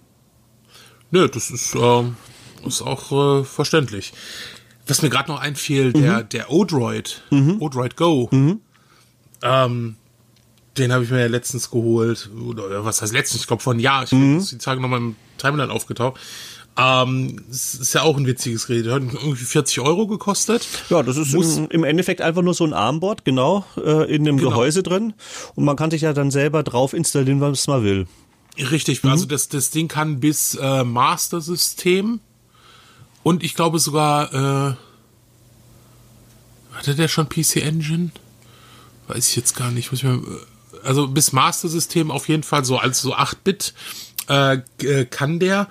Nö, das ist, äh, ist auch äh, verständlich. Was mir gerade noch einfiel, der, mhm. der Odroid, mhm. Odroid Go, mhm. ähm, den habe ich mir ja letztens geholt, oder was heißt letztens, ich glaube vor einem Jahr, ich will mhm. die Tage nochmal im Timeline aufgetaucht. Ähm, es ist ja auch ein witziges Gerät. Hat irgendwie vierzig Euro gekostet. Ja, das ist im, im Endeffekt einfach nur so ein Armboard, genau, äh, in dem genau. Gehäuse drin. Und man kann sich ja dann selber drauf installieren, was man will. Richtig, mhm. also das, das Ding kann bis äh, Master-System und ich glaube sogar, äh, hatte der schon P C Engine? Weiß ich jetzt gar nicht. Muss ich mal, also bis Master-System auf jeden Fall so als so acht Bit äh, kann der.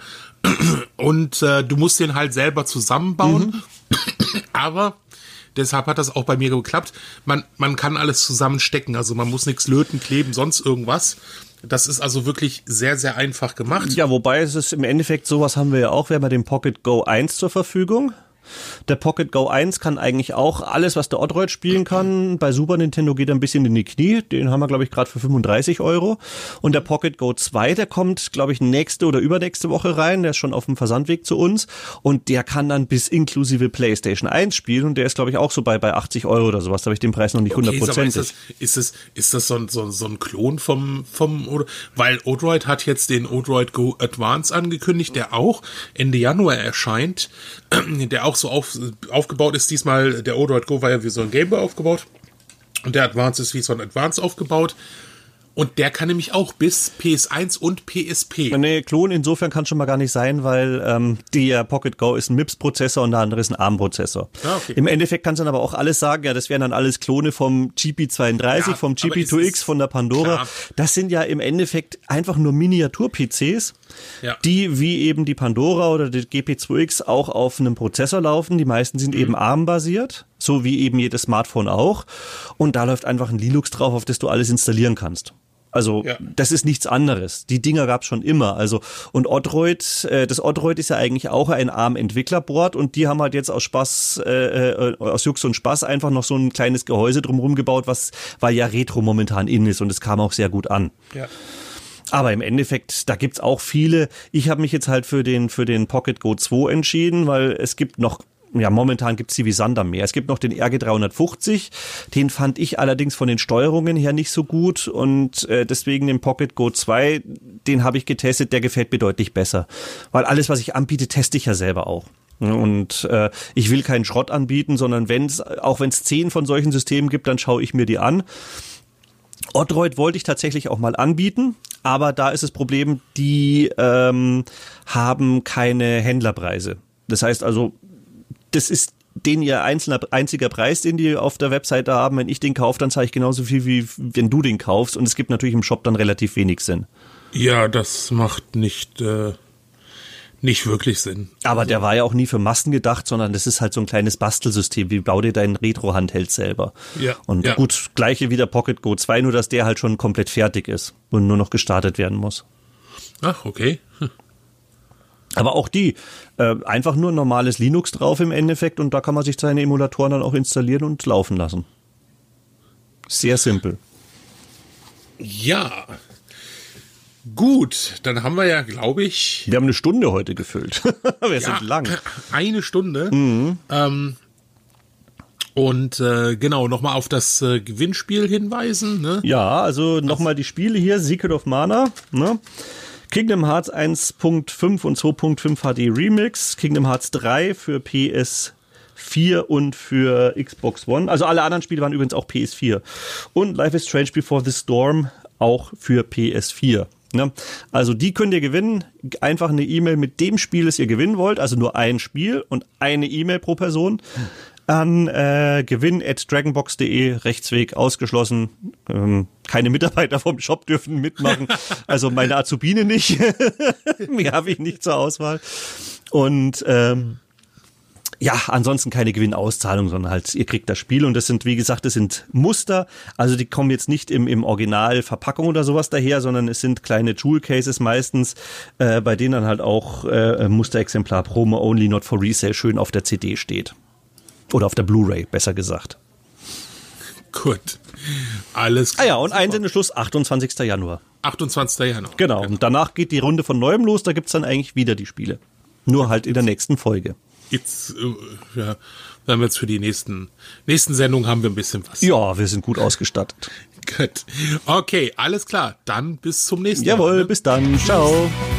Und äh, du musst den halt selber zusammenbauen. Mhm. Aber deshalb hat das auch bei mir geklappt. Man, man kann alles zusammenstecken. Also man muss nichts löten, kleben, sonst irgendwas. Das ist also wirklich sehr, sehr einfach gemacht. Ja, wobei es ist im Endeffekt, sowas haben wir ja auch. Wir haben ja den Pocket Go eins zur Verfügung. Der Pocket Go eins kann eigentlich auch alles, was der Odroid spielen kann. Bei Super Nintendo geht er ein bisschen in die Knie. Den haben wir, glaube ich, gerade für fünfunddreißig Euro. Und der Pocket Go zwei, der kommt, glaube ich, nächste oder übernächste Woche rein. Der ist schon auf dem Versandweg zu uns. Und der kann dann bis inklusive PlayStation eins spielen. Und der ist, glaube ich, auch so bei, bei achtzig Euro oder sowas. Da habe ich den Preis noch nicht hundertprozentig. Okay, ist das, ist das, ist das so ein, so, so ein Klon vom, vom, weil Odroid hat jetzt den Odroid Go Advance angekündigt, der auch Ende Januar erscheint, der auch so auf, aufgebaut ist. Diesmal, der Odroid Go war ja wie so ein Game Boy aufgebaut und der Advance ist wie so ein Advance aufgebaut. Und der kann nämlich auch bis P S eins und P S P. Nee, Klon insofern kann schon mal gar nicht sein, weil ähm, der Pocket Go ist ein M I P S-Prozessor und der andere ist ein ARM-Prozessor. Ah, okay. Im Endeffekt kannst du dann aber auch alles sagen, ja, das wären dann alles Klone vom G P zweiunddreißig, ja, vom G P zwei X, von der Pandora. Klar. Das sind ja im Endeffekt einfach nur Miniatur-P Cs, ja. die wie eben die Pandora oder die G P zwei X auch auf einem Prozessor laufen. Die meisten sind mhm. eben ARM-basiert, so wie eben jedes Smartphone auch. Und da läuft einfach ein Linux drauf, auf das du alles installieren kannst. Also ja. das ist nichts anderes. Die Dinger gab's schon immer. Also und Odroid, äh, das Odroid ist ja eigentlich auch ein ARM-Entwicklerboard und die haben halt jetzt aus Spaß, äh, äh, aus Jux und Spaß einfach noch so ein kleines Gehäuse drumherum gebaut, was weil ja Retro momentan in ist und es kam auch sehr gut an. Ja. Aber im Endeffekt, da gibt's auch viele. Ich habe mich jetzt halt für den für den Pocket Go zwei entschieden, weil es gibt noch ja, momentan gibt's die wie Sand am Meer. Es gibt noch den R G dreihundertfünfzig, den fand ich allerdings von den Steuerungen her nicht so gut und äh, deswegen den Pocket Go zwei, den habe ich getestet, der gefällt mir deutlich besser. Weil alles, was ich anbiete, teste ich ja selber auch. Und äh, ich will keinen Schrott anbieten, sondern wenn's, auch wenn es zehn von solchen Systemen gibt, dann schaue ich mir die an. Odroid wollte ich tatsächlich auch mal anbieten, aber da ist das Problem, die ähm, haben keine Händlerpreise. Das heißt also, das ist den ihr einzelner, einziger Preis, den die auf der Webseite haben. Wenn ich den kaufe, dann zahle ich genauso viel, wie wenn du den kaufst. Und es gibt natürlich im Shop dann relativ wenig Sinn. Ja, das macht nicht, äh, nicht wirklich Sinn. Aber der war ja auch nie für Massen gedacht, sondern das ist halt so ein kleines Bastelsystem. Wie bau dir dein Retro-Handheld selber? Ja. Und ja. gut, gleiche wie der Pocket Go zwei, nur dass der halt schon komplett fertig ist und nur noch gestartet werden muss. Ach, okay. Hm. Aber auch die, äh, einfach nur normales Linux drauf im Endeffekt und da kann man sich seine Emulatoren dann auch installieren und laufen lassen. Sehr simpel. Ja, gut, dann haben wir ja, glaube ich... Wir haben eine Stunde heute gefüllt. wir ja, sind lang. Eine Stunde. Mhm. Ähm, und äh, genau, nochmal auf das äh, Gewinnspiel hinweisen. Ne? Ja, also nochmal die Spiele hier, Secret of Mana, ne? Kingdom Hearts eins Punkt fünf und zwei Punkt fünf H D Remix, Kingdom Hearts drei für P S vier und für Xbox One. Also alle anderen Spiele waren übrigens auch P S vier. Und Life is Strange Before the Storm auch für P S vier. Ne? Also die könnt ihr gewinnen. Einfach eine E-Mail mit dem Spiel, das ihr gewinnen wollt. Also nur ein Spiel und eine E-Mail pro Person. An äh, gewinn at dragonbox punkt de, Rechtsweg ausgeschlossen. Ähm, keine Mitarbeiter vom Shop dürfen mitmachen. Also meine Azubine nicht. Mehr habe ich nicht zur Auswahl. Und ähm, ja, ansonsten keine Gewinnauszahlung, sondern halt, ihr kriegt das Spiel. Und das sind, wie gesagt, das sind Muster. Also die kommen jetzt nicht im, im Original Verpackung oder sowas daher, sondern es sind kleine Jewel Cases meistens, äh, bei denen dann halt auch äh, Musterexemplar Promo Only Not for Resale schön auf der C D steht. Oder auf der Blu-ray, besser gesagt. Gut. Alles klar. Ah ja, und Einsendeschluss achtundzwanzigster Januar. achtundzwanzigster Januar. Genau. genau. Und danach geht die Runde von neuem los. Da gibt's dann eigentlich wieder die Spiele. Nur halt in der nächsten Folge. Jetzt, äh, ja, dann wird's für die nächsten, nächsten Sendungen haben wir ein bisschen was. Ja, wir sind gut ausgestattet. Gut. Okay, alles klar. Dann bis zum nächsten Jawohl, Mal. Jawohl, ne? Bis dann. Ciao.